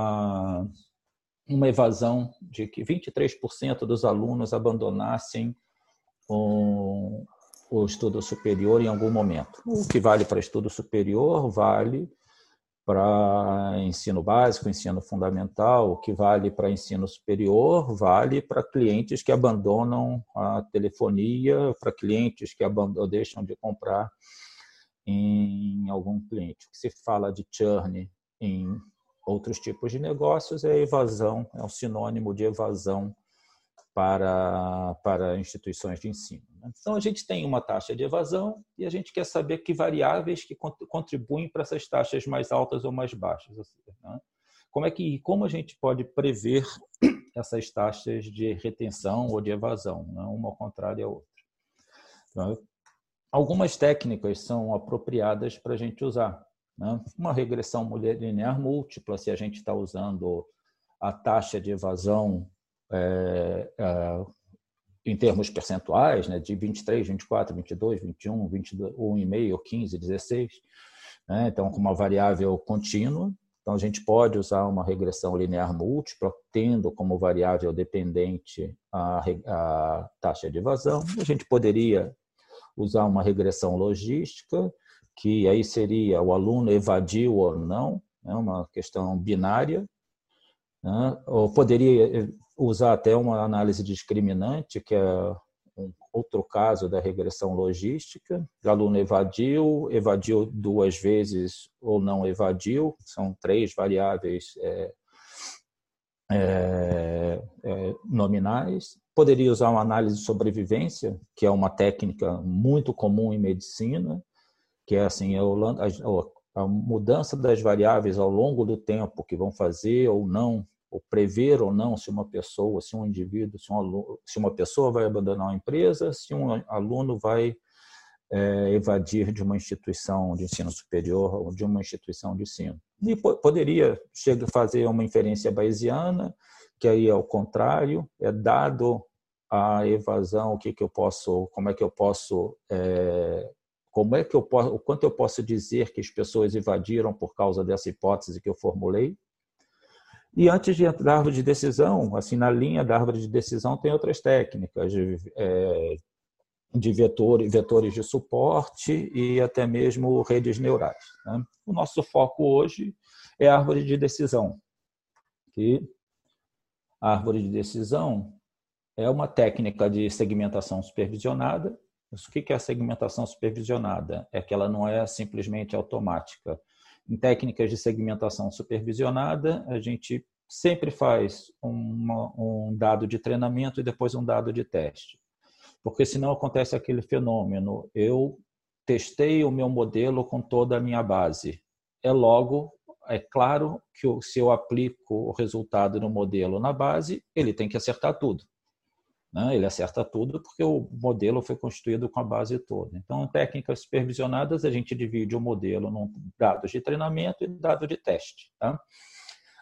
uma evasão de que vinte e três por cento dos alunos abandonassem o, o estudo superior em algum momento. O que vale para estudo superior vale para ensino básico, ensino fundamental. O que vale para ensino superior vale para clientes que abandonam a telefonia, para clientes que abandonam, deixam de comprar em algum cliente. O que se fala de churn em outros tipos de negócios é evasão, é um sinônimo de evasão para, para instituições de ensino. Então, a gente tem uma taxa de evasão e a gente quer saber que variáveis que contribuem para essas taxas mais altas ou mais baixas. Né? Como é que, como a gente pode prever essas taxas de retenção ou de evasão, né? Uma ao contrário da outra? Então, algumas técnicas são apropriadas para a gente usar. Né? Uma regressão linear múltipla, se a gente está usando a taxa de evasão é, é, em termos percentuais, né, de vinte e três, vinte e quatro, vinte e dois, vinte e um, vinte e dois, um vírgula cinco, quinze, dezesseis, né? Então, com uma variável contínua. Então, a gente pode usar uma regressão linear múltipla, tendo como variável dependente a, a taxa de evasão. A gente poderia usar uma regressão logística, que aí seria o aluno evadiu ou não, né? Uma questão binária. Né? Ou poderia usar até uma análise discriminante, que é um outro caso da regressão logística. O aluno evadiu, evadiu duas vezes ou não evadiu, são três variáveis é, é, é, nominais. Poderia usar uma análise de sobrevivência, que é uma técnica muito comum em medicina, que é assim, a, a mudança das variáveis ao longo do tempo que vão fazer ou não, ou prever ou não se uma pessoa, se um indivíduo, se, um aluno, se uma pessoa vai abandonar uma empresa, se um aluno vai é, evadir de uma instituição de ensino superior ou de uma instituição de ensino. E poderia chegar a fazer uma inferência bayesiana, que aí é o contrário, é dado a evasão, o que que eu posso, como é que eu posso, é, como é que eu posso, o quanto eu posso dizer que as pessoas evadiram por causa dessa hipótese que eu formulei. E antes de entrar na árvore de decisão, assim, na linha da árvore de decisão tem outras técnicas de, é, de vetores, vetores de suporte e até mesmo redes neurais. Né? O nosso foco hoje é a árvore de decisão. Que a árvore de decisão é uma técnica de segmentação supervisionada. O que é a segmentação supervisionada? É que ela não é simplesmente automática. Em técnicas de segmentação supervisionada, a gente sempre faz uma, um dado de treinamento e depois um dado de teste. Porque senão acontece aquele fenômeno, eu testei o meu modelo com toda a minha base. É logo, é claro que se eu aplico o resultado no modelo na base, ele tem que acertar tudo. Ele acerta tudo porque o modelo foi construído com a base toda. Então, em técnicas supervisionadas, a gente divide o modelo em dados de treinamento e dados de teste. Tá?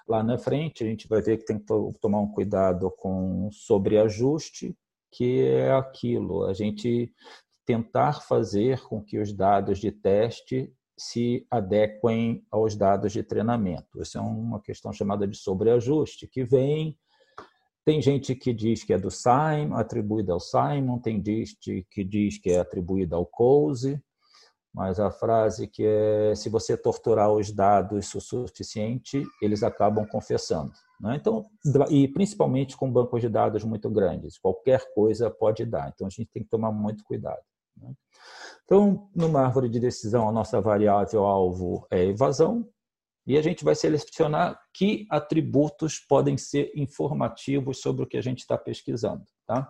Lá na frente, a gente vai ver que tem que tomar um cuidado com sobreajuste, que é aquilo, a gente tentar fazer com que os dados de teste se adequem aos dados de treinamento. Essa é uma questão chamada de sobreajuste, que vem... Tem gente que diz que é do Simon, atribuída ao Simon, tem gente que diz que é atribuída ao Coase, mas a frase que é: se você torturar os dados o suficiente, eles acabam confessando. Né? Então, e principalmente com bancos de dados muito grandes, qualquer coisa pode dar. Então, a gente tem que tomar muito cuidado. Né? Então, numa árvore de decisão, a nossa variável-alvo é evasão, e a gente vai selecionar que atributos podem ser informativos sobre o que a gente está pesquisando. Tá?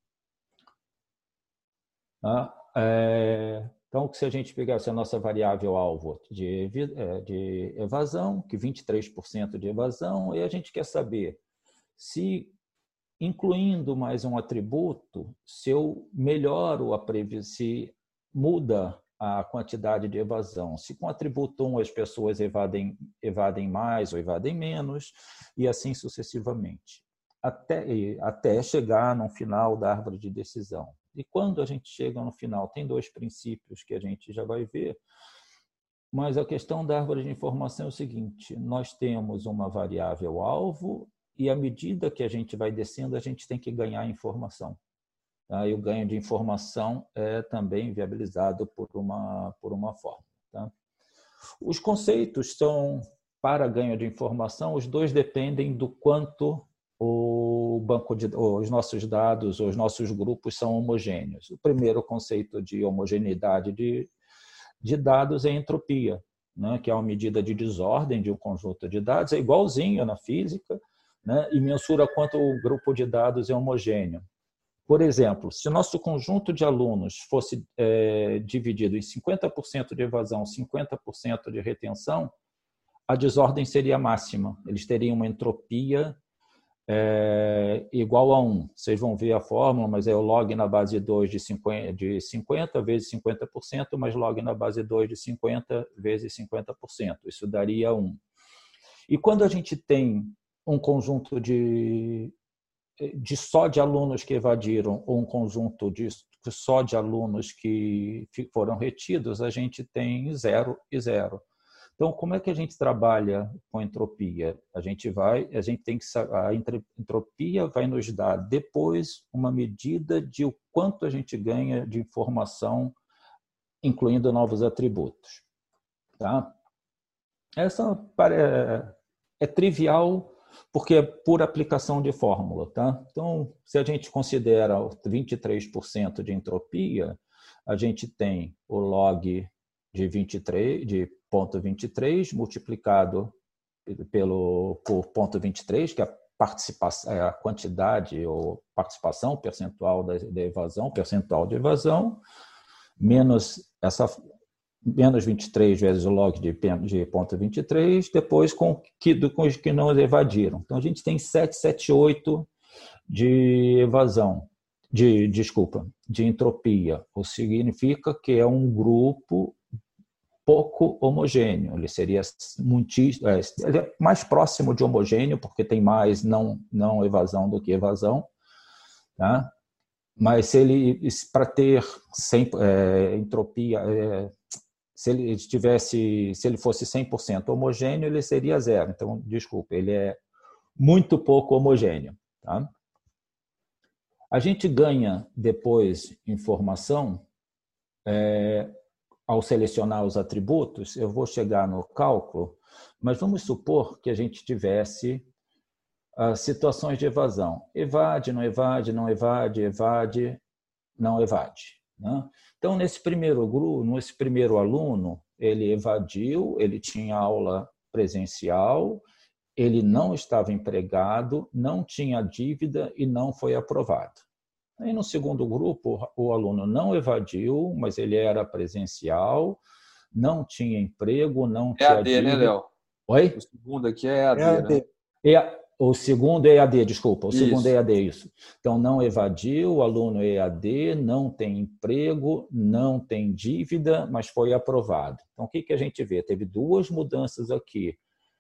É, então, se a gente pegasse a nossa variável-alvo de, de evasão, que vinte e três por cento de evasão, e a gente quer saber se, incluindo mais um atributo, se eu melhoro a previsão, se muda a quantidade de evasão. Se com atributo um as pessoas evadem, evadem mais ou evadem menos, e assim sucessivamente, até, até chegar no final da árvore de decisão. E quando a gente chega no final, tem dois princípios que a gente já vai ver, mas a questão da árvore de informação é o seguinte: nós temos uma variável-alvo e, à medida que a gente vai descendo, a gente tem que ganhar informação. Tá? E o ganho de informação é também viabilizado por uma, por uma forma. Tá? Os conceitos são, para ganho de informação, os dois dependem do quanto o banco de, os nossos dados, os nossos grupos são homogêneos. O primeiro conceito de homogeneidade de, de dados é entropia, né? Que é uma medida de desordem de um conjunto de dados, é igualzinho na física, né? E mensura quanto o grupo de dados é homogêneo. Por exemplo, se o nosso conjunto de alunos fosse é, dividido em cinquenta por cento de evasão, cinquenta por cento de retenção, a desordem seria máxima. Eles teriam uma entropia é, igual a um. Vocês vão ver a fórmula, mas é o log na base dois de cinquenta, de cinquenta vezes cinquenta por cento, mais log na base dois de cinquenta vezes cinquenta por cento. Isso daria um. E quando a gente tem um conjunto de... de só de alunos que evadiram ou um conjunto de só de alunos que foram retidos, a gente tem zero e zero. Então, como é que a gente trabalha com entropia? A gente vai, a gente tem que a entropia vai nos dar depois uma medida de o quanto a gente ganha de informação, incluindo novos atributos. Tá? Essa é, é trivial, porque é por aplicação de fórmula. Tá? Então, se a gente considera vinte e três por cento de entropia, a gente tem o log de vinte e três, de zero vírgula vinte e três multiplicado pelo, por zero vírgula vinte e três, que é a, participação, é a quantidade ou participação percentual da, da evasão, percentual de evasão, menos essa menos vinte e três vezes o log de, de zero vírgula vinte e três, depois com, que, com os que não evadiram. Então, a gente tem setecentos e setenta e oito de evasão, de, desculpa, de entropia, o que significa que é um grupo pouco homogêneo. Ele seria muitíssimo, é, ele é mais próximo de homogêneo, porque tem mais não, não evasão do que evasão. Tá? Mas se ele, para ter cem, é, entropia... É, Se ele tivesse, se ele fosse cem por cento homogêneo, ele seria zero. Então, desculpa, ele é muito pouco homogêneo. Tá? A gente ganha depois informação é, ao selecionar os atributos. Eu vou chegar no cálculo, mas vamos supor que a gente tivesse uh, situações de evasão. Evade, não evade, não evade, evade, não evade. Né? Então, nesse primeiro grupo, nesse primeiro aluno, ele evadiu, ele tinha aula presencial, ele não estava empregado, não tinha dívida e não foi aprovado. Aí, no segundo grupo, o aluno não evadiu, mas ele era presencial, não tinha emprego, não tinha dívida. É A D, né, Léo? Oi? O segundo aqui é A D, é A D. né? É O segundo é E A D, desculpa. O isso. segundo é E A D, isso. Então, não evadiu, o aluno é E A D, não tem emprego, não tem dívida, mas foi aprovado. Então, o que, que a gente vê? Teve duas mudanças aqui.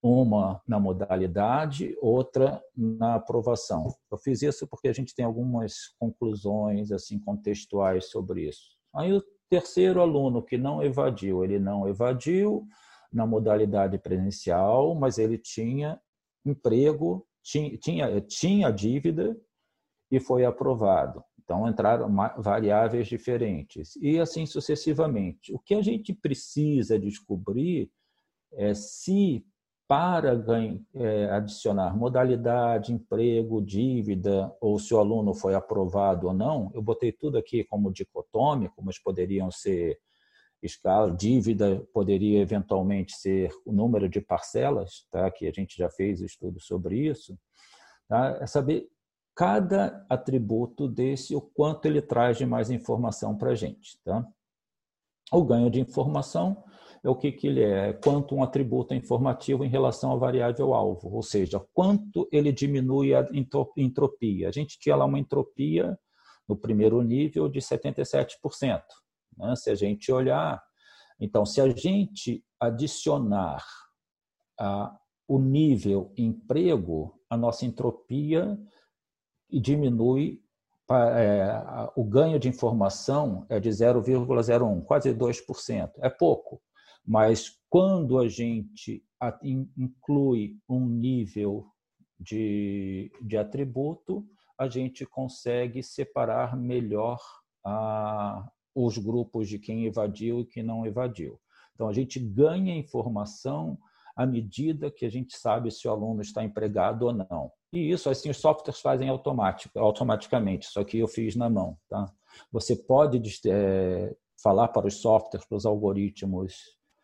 uma na modalidade, outra na aprovação. Eu fiz isso porque a gente tem algumas conclusões assim contextuais sobre isso. Aí o terceiro aluno que não evadiu, ele não evadiu na modalidade presencial, mas ele tinha emprego, tinha, tinha, tinha dívida e foi aprovado. Então, entraram variáveis diferentes. E assim sucessivamente. O que a gente precisa descobrir é se, para é, adicionar modalidade, emprego, dívida, ou se o aluno foi aprovado ou não, eu botei tudo aqui como dicotômico, mas poderiam ser escala, dívida poderia eventualmente ser o número de parcelas, tá? Que a gente já fez estudo sobre isso. Tá? É saber cada atributo desse, o quanto ele traz de mais informação para a gente. Tá? O ganho de informação é o que, que ele é, quanto um atributo é informativo em relação à variável alvo, ou seja, quanto ele diminui a entropia. A gente tinha lá uma entropia no primeiro nível de setenta e sete por cento. Né? Se a gente olhar, então, se a gente adicionar a, o nível emprego, a nossa entropia diminui, é, o ganho de informação é de zero vírgula zero um, quase dois por cento. É pouco, mas quando a gente inclui um nível de, de atributo, a gente consegue separar melhor a, os grupos de quem evadiu e quem não evadiu. Então, a gente ganha informação à medida que a gente sabe se o aluno está empregado ou não. E isso, assim, os softwares fazem automático, automaticamente, só que eu fiz na mão. Tá? Você pode é, falar para os softwares, para os algoritmos,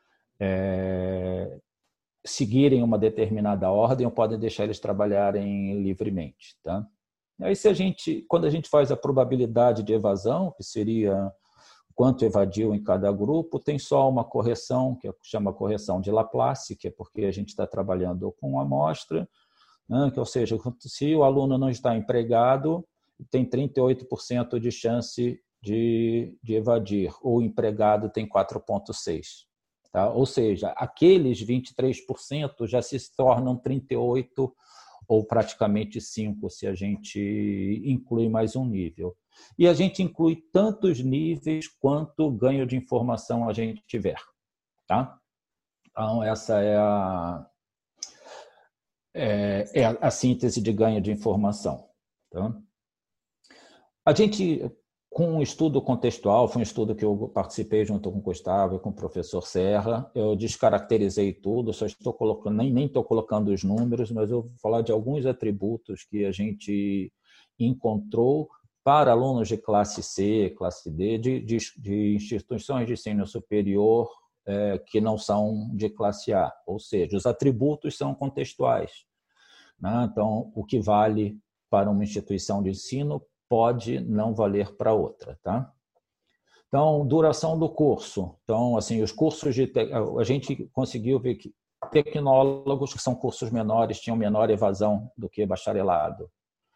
é, seguirem uma determinada ordem ou podem deixar eles trabalharem livremente. Tá? Aí, se a gente, quando a gente faz a probabilidade de evasão, que seria quanto evadiu em cada grupo, tem só uma correção, que chama correção de Laplace, que é porque a gente está trabalhando com amostra, né? Que, ou seja, se o aluno não está empregado, tem trinta e oito por cento de chance de, de evadir, ou empregado tem quatro vírgula seis por cento. Tá? Ou seja, aqueles vinte e três por cento já se tornam trinta e oito por cento ou praticamente cinco por cento se a gente inclui mais um nível. E a gente inclui tantos níveis quanto ganho de informação a gente tiver. Tá? Então, essa é a, é, é a síntese de ganho de informação. Tá? A gente, com um estudo contextual, foi um estudo que eu participei junto com o Gustavo e com o professor Serra, eu descaracterizei tudo, só estou colocando, nem, nem estou colocando os números, mas eu vou falar de alguns atributos que a gente encontrou para alunos de classe C, classe D, de, de, de instituições de ensino superior é, que não são de classe A. Ou seja, os atributos são contextuais. Né? Então, o que vale para uma instituição de ensino pode não valer para outra. Tá? Então, duração do curso. Então, assim, os cursos de... Te... A gente conseguiu ver que tecnólogos, que são cursos menores, tinham menor evasão do que bacharelado.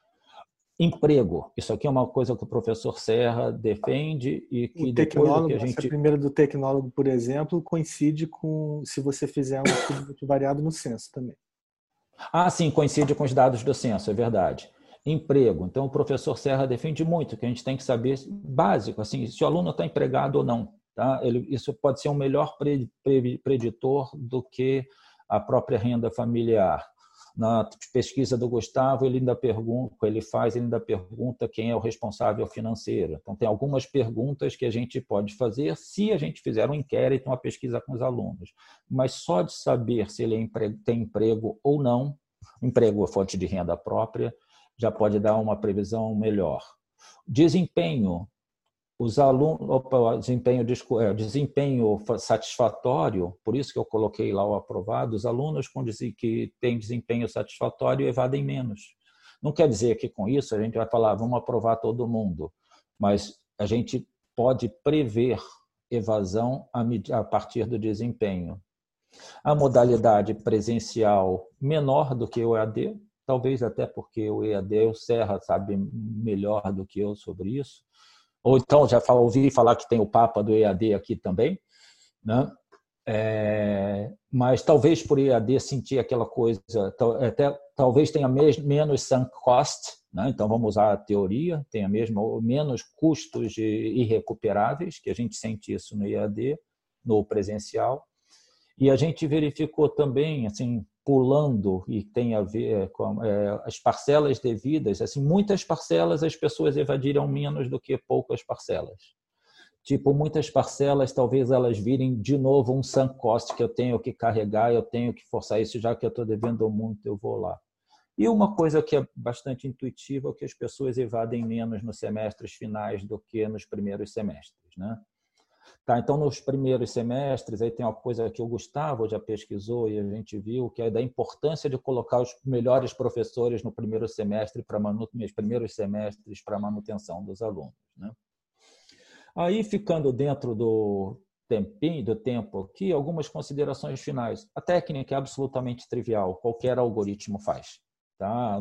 Emprego. Isso aqui é uma coisa que o professor Serra defende e que o depois que a gente... Essa primeira do tecnólogo, por exemplo, coincide com se você fizer um estudo multivariado no censo também. Ah, sim, coincide com os dados do censo, é verdade. Emprego. Então, o professor Serra defende muito que a gente tem que saber básico, assim, se o aluno está empregado ou não. Tá? Ele, isso pode ser um melhor preditor do que a própria renda familiar. Na pesquisa do Gustavo, ele ainda pergunta, ele faz, ele ainda pergunta quem é o responsável financeiro. Então, tem algumas perguntas que a gente pode fazer se a gente fizer um inquérito, uma pesquisa com os alunos. Mas só de saber se ele é empre... tem emprego ou não, emprego é fonte de renda própria, já pode dar uma previsão melhor. Desempenho. Os alunos, opa, desempenho, desempenho satisfatório, por isso que eu coloquei lá o aprovado, os alunos que têm desempenho satisfatório evadem menos. Não quer dizer que com isso a gente vai falar, vamos aprovar todo mundo, mas a gente pode prever evasão a partir do desempenho. A modalidade presencial menor do que o E A D, talvez até porque o E A D, o Serra sabe melhor do que eu sobre isso, ou então já ouvi falar que tem o Papa do E A D aqui também, né? É, mas talvez por E A D sentir aquela coisa, até, talvez tenha mes, menos sunk cost, né? Então vamos usar a teoria, tenha mesmo menos custos de irrecuperáveis, que a gente sente isso no E A D, no presencial. E a gente verificou também, assim, pulando, e tem a ver com é, as parcelas devidas, assim, muitas parcelas as pessoas evadiram menos do que poucas parcelas. Tipo, muitas parcelas, talvez elas virem de novo um sunk cost que eu tenho que carregar, eu tenho que forçar isso, já que eu estou devendo muito, eu vou lá. E uma coisa que é bastante intuitiva é que as pessoas evadem menos nos semestres finais do que nos primeiros semestres, né? Tá, então, nos primeiros semestres, aí tem uma coisa que o Gustavo já pesquisou e a gente viu, que é da importância de colocar os melhores professores no primeiro semestre para manu... nos primeiros semestres para manutenção dos alunos, né? Aí, ficando dentro do tempinho, do tempo aqui, algumas considerações finais. A técnica é absolutamente trivial, qualquer algoritmo faz. Tá?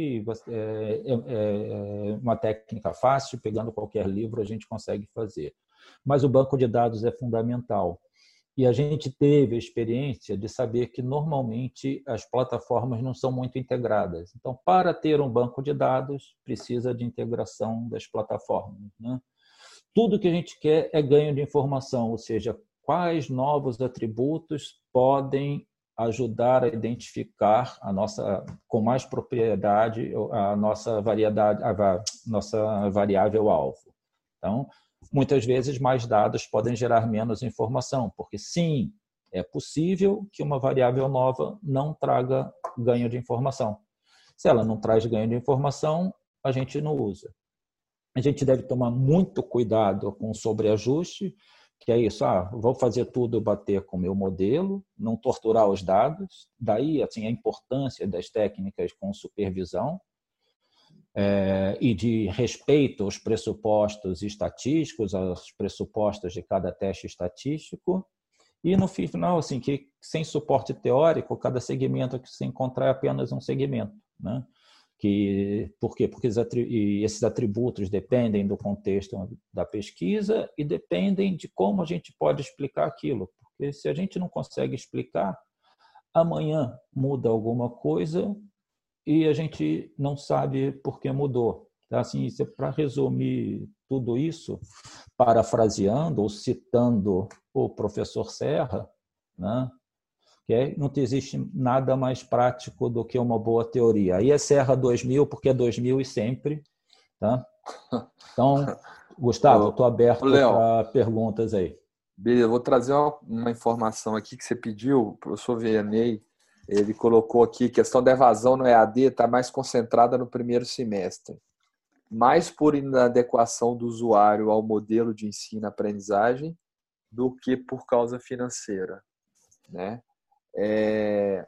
É, é, é uma técnica fácil, pegando qualquer livro a gente consegue fazer. Mas o banco de dados é fundamental. E a gente teve a experiência de saber que, normalmente, as plataformas não são muito integradas. Então, para ter um banco de dados, precisa de integração das plataformas, né? Tudo que a gente quer é ganho de informação, ou seja, quais novos atributos podem ajudar a identificar a nossa, com mais propriedade a nossa variedade, a nossa variável alvo. Então, muitas vezes mais dados podem gerar menos informação, porque sim, é possível que uma variável nova não traga ganho de informação. Se ela não traz ganho de informação, a gente não usa. A gente deve tomar muito cuidado com o sobreajuste, que é isso, ah, vou fazer tudo bater com o meu modelo, não torturar os dados, daí assim, a importância das técnicas com supervisão é, e de respeito aos pressupostos estatísticos, aos pressupostos de cada teste estatístico, e no final, assim, que sem suporte teórico, cada segmento que se encontrar é apenas um segmento, né? Que, por quê? Porque esses atributos dependem do contexto da pesquisa e dependem de como a gente pode explicar aquilo. Porque se a gente não consegue explicar, amanhã muda alguma coisa e a gente não sabe por que mudou. Então, assim, para resumir tudo isso, parafraseando ou citando o professor Serra, né? Que não existe nada mais prático do que uma boa teoria. Aí é Serra dois mil, porque é dois mil e sempre. Tá? Então, Gustavo, estou aberto para perguntas aí. Beleza, eu vou trazer uma, uma informação aqui que você pediu. O professor Vianney, ele colocou aqui, questão da evasão no E A D está mais concentrada no primeiro semestre. Mais por inadequação do usuário ao modelo de ensino-aprendizagem do que por causa financeira, né? É...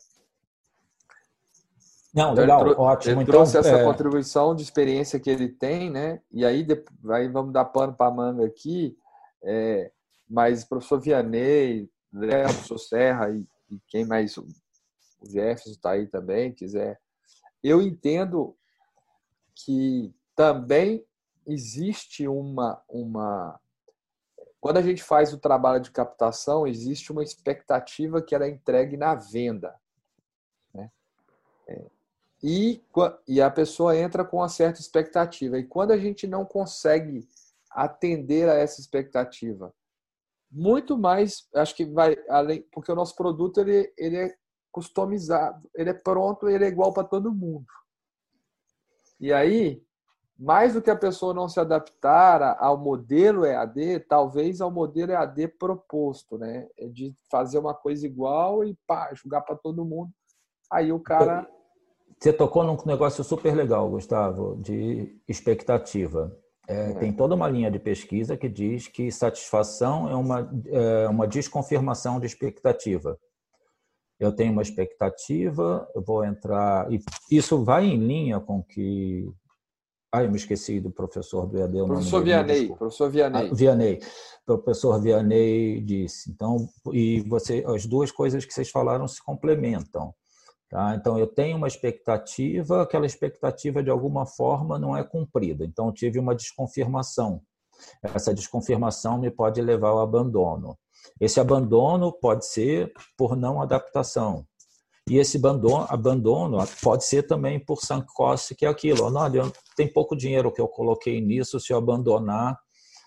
Não, legal, ele ótimo. Ele trouxe então, essa é... contribuição de experiência que ele tem, né? E aí, aí vamos dar pano para a manga aqui, é... mas o professor Vianney, Léo, o professor Serra e, e quem mais, o Jefferson está aí também, quiser. Eu entendo que também existe uma... uma Quando a gente faz o trabalho de captação, existe uma expectativa que ela é entregue na venda, né? E, e a pessoa entra com uma certa expectativa. E quando a gente não consegue atender a essa expectativa, muito mais, acho que vai além, porque o nosso produto ele, ele é customizado, ele é pronto, ele é igual para todo mundo. E aí, mais do que a pessoa não se adaptar ao modelo E A D, talvez ao modelo E A D proposto, né? De fazer uma coisa igual e pá, jogar para todo mundo. Aí o cara... Você tocou num negócio super legal, Gustavo, de expectativa. É, é. Tem toda uma linha de pesquisa que diz que satisfação é uma, é uma desconfirmação de expectativa. Eu tenho uma expectativa, eu vou entrar... E isso vai em linha com que... Ah, eu me esqueci do professor do E A D. Professor Vianney. Professor Vianney. Ah, Vianney. O professor Vianney disse. Então, e você, as duas coisas que vocês falaram se complementam. Tá? Então, eu tenho uma expectativa, aquela expectativa de alguma forma não é cumprida. Então, eu tive uma desconfirmação. Essa desconfirmação me pode levar ao abandono. Esse abandono pode ser por não adaptação. E esse abandono, abandono pode ser também por sunk cost, que é aquilo. Olha, tem pouco dinheiro que eu coloquei nisso, se eu abandonar,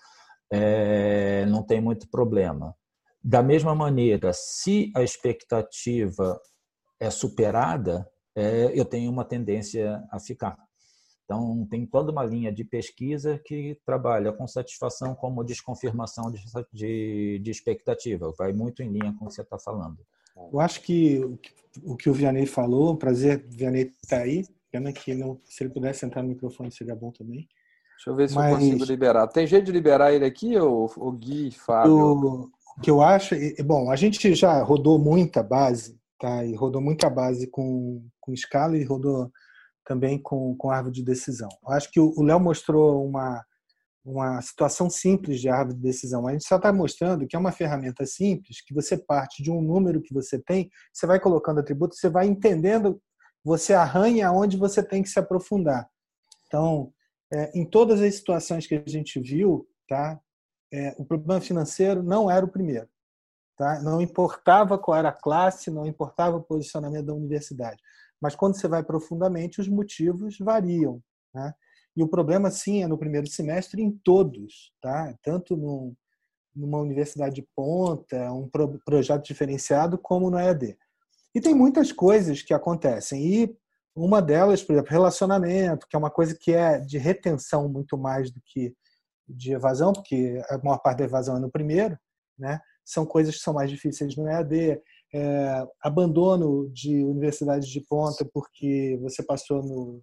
é, não tem muito problema. Da mesma maneira, se a expectativa é superada, é, eu tenho uma tendência a ficar. Então, tem toda uma linha de pesquisa que trabalha com satisfação como desconfirmação de, de, de expectativa. Vai muito em linha com o que você está falando. Eu acho que o que o Vianney falou, prazer, Vianney está aí. Pena que não, se ele pudesse entrar no microfone seria bom também. Deixa eu ver se Mas, eu consigo liberar. Tem jeito de liberar ele aqui, ou, ou Gui, Fábio? O, o que eu acho... Bom, a gente já rodou muita base, tá? E rodou muita base com, com escala e rodou também com, com árvore de decisão. Eu acho que o Léo mostrou uma, uma situação simples de árvore de decisão. A gente só está mostrando que é uma ferramenta simples, que você parte de um número que você tem, você vai colocando atributos, você vai entendendo, você arranha onde você tem que se aprofundar. Então, é, em todas as situações que a gente viu, tá, é, o problema financeiro não era o primeiro. Tá? Não importava qual era a classe, não importava o posicionamento da universidade. Mas quando você vai profundamente, os motivos variam. Né? E o problema, sim, é no primeiro semestre em todos. Tá? Tanto no, numa universidade de ponta, um pro, projeto diferenciado, como no E A D. E tem muitas coisas que acontecem. E uma delas, por exemplo, relacionamento, que é uma coisa que é de retenção muito mais do que de evasão, porque a maior parte da evasão é no primeiro, né? São coisas que são mais difíceis no E A D. É, abandono de universidades de ponta porque você passou no,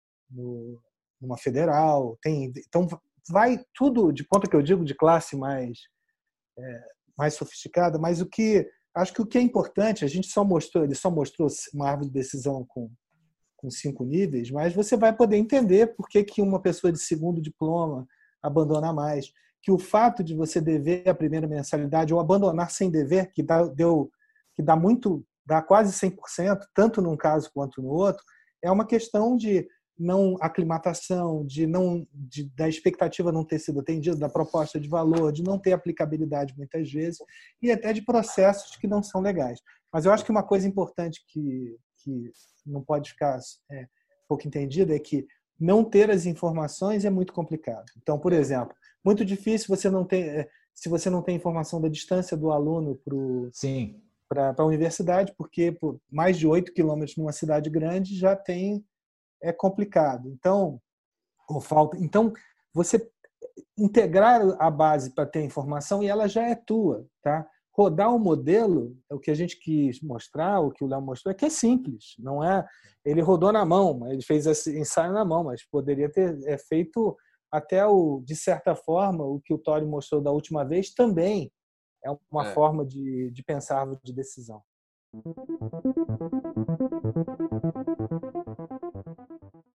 no, numa federal. Tem, então, vai tudo de ponta que eu digo, de classe mais, é, mais sofisticada, mas o que acho que o que é importante, a gente só mostrou, ele só mostrou uma árvore de decisão com, com cinco níveis, mas você vai poder entender por que, que uma pessoa de segundo diploma abandona mais. Que o fato de você dever a primeira mensalidade ou abandonar sem dever, que dá, deu, que dá muito, dá quase cem por cento, tanto num caso quanto no outro, é uma questão de não aclimatação, de não, de, da expectativa não ter sido atendida, da proposta de valor, de não ter aplicabilidade muitas vezes, e até de processos que não são legais. Mas eu acho que uma coisa importante que, que não pode ficar é, pouco entendida é que não ter as informações é muito complicado. Então, por exemplo, muito difícil você não ter, se você não tem informação da distância do aluno para a universidade, porque por mais de oito quilômetros numa cidade grande já tem, é complicado. Então, ou falta. Então, você integrar a base para ter informação e ela já é tua, tá? Rodar um modelo, o que a gente quis mostrar, o que o Léo mostrou, é que é simples. Não é, ele rodou na mão, ele fez esse ensaio na mão, mas poderia ter é, feito até, o, de certa forma, o que o Tori mostrou da última vez também é uma é. forma de, de pensar de decisão.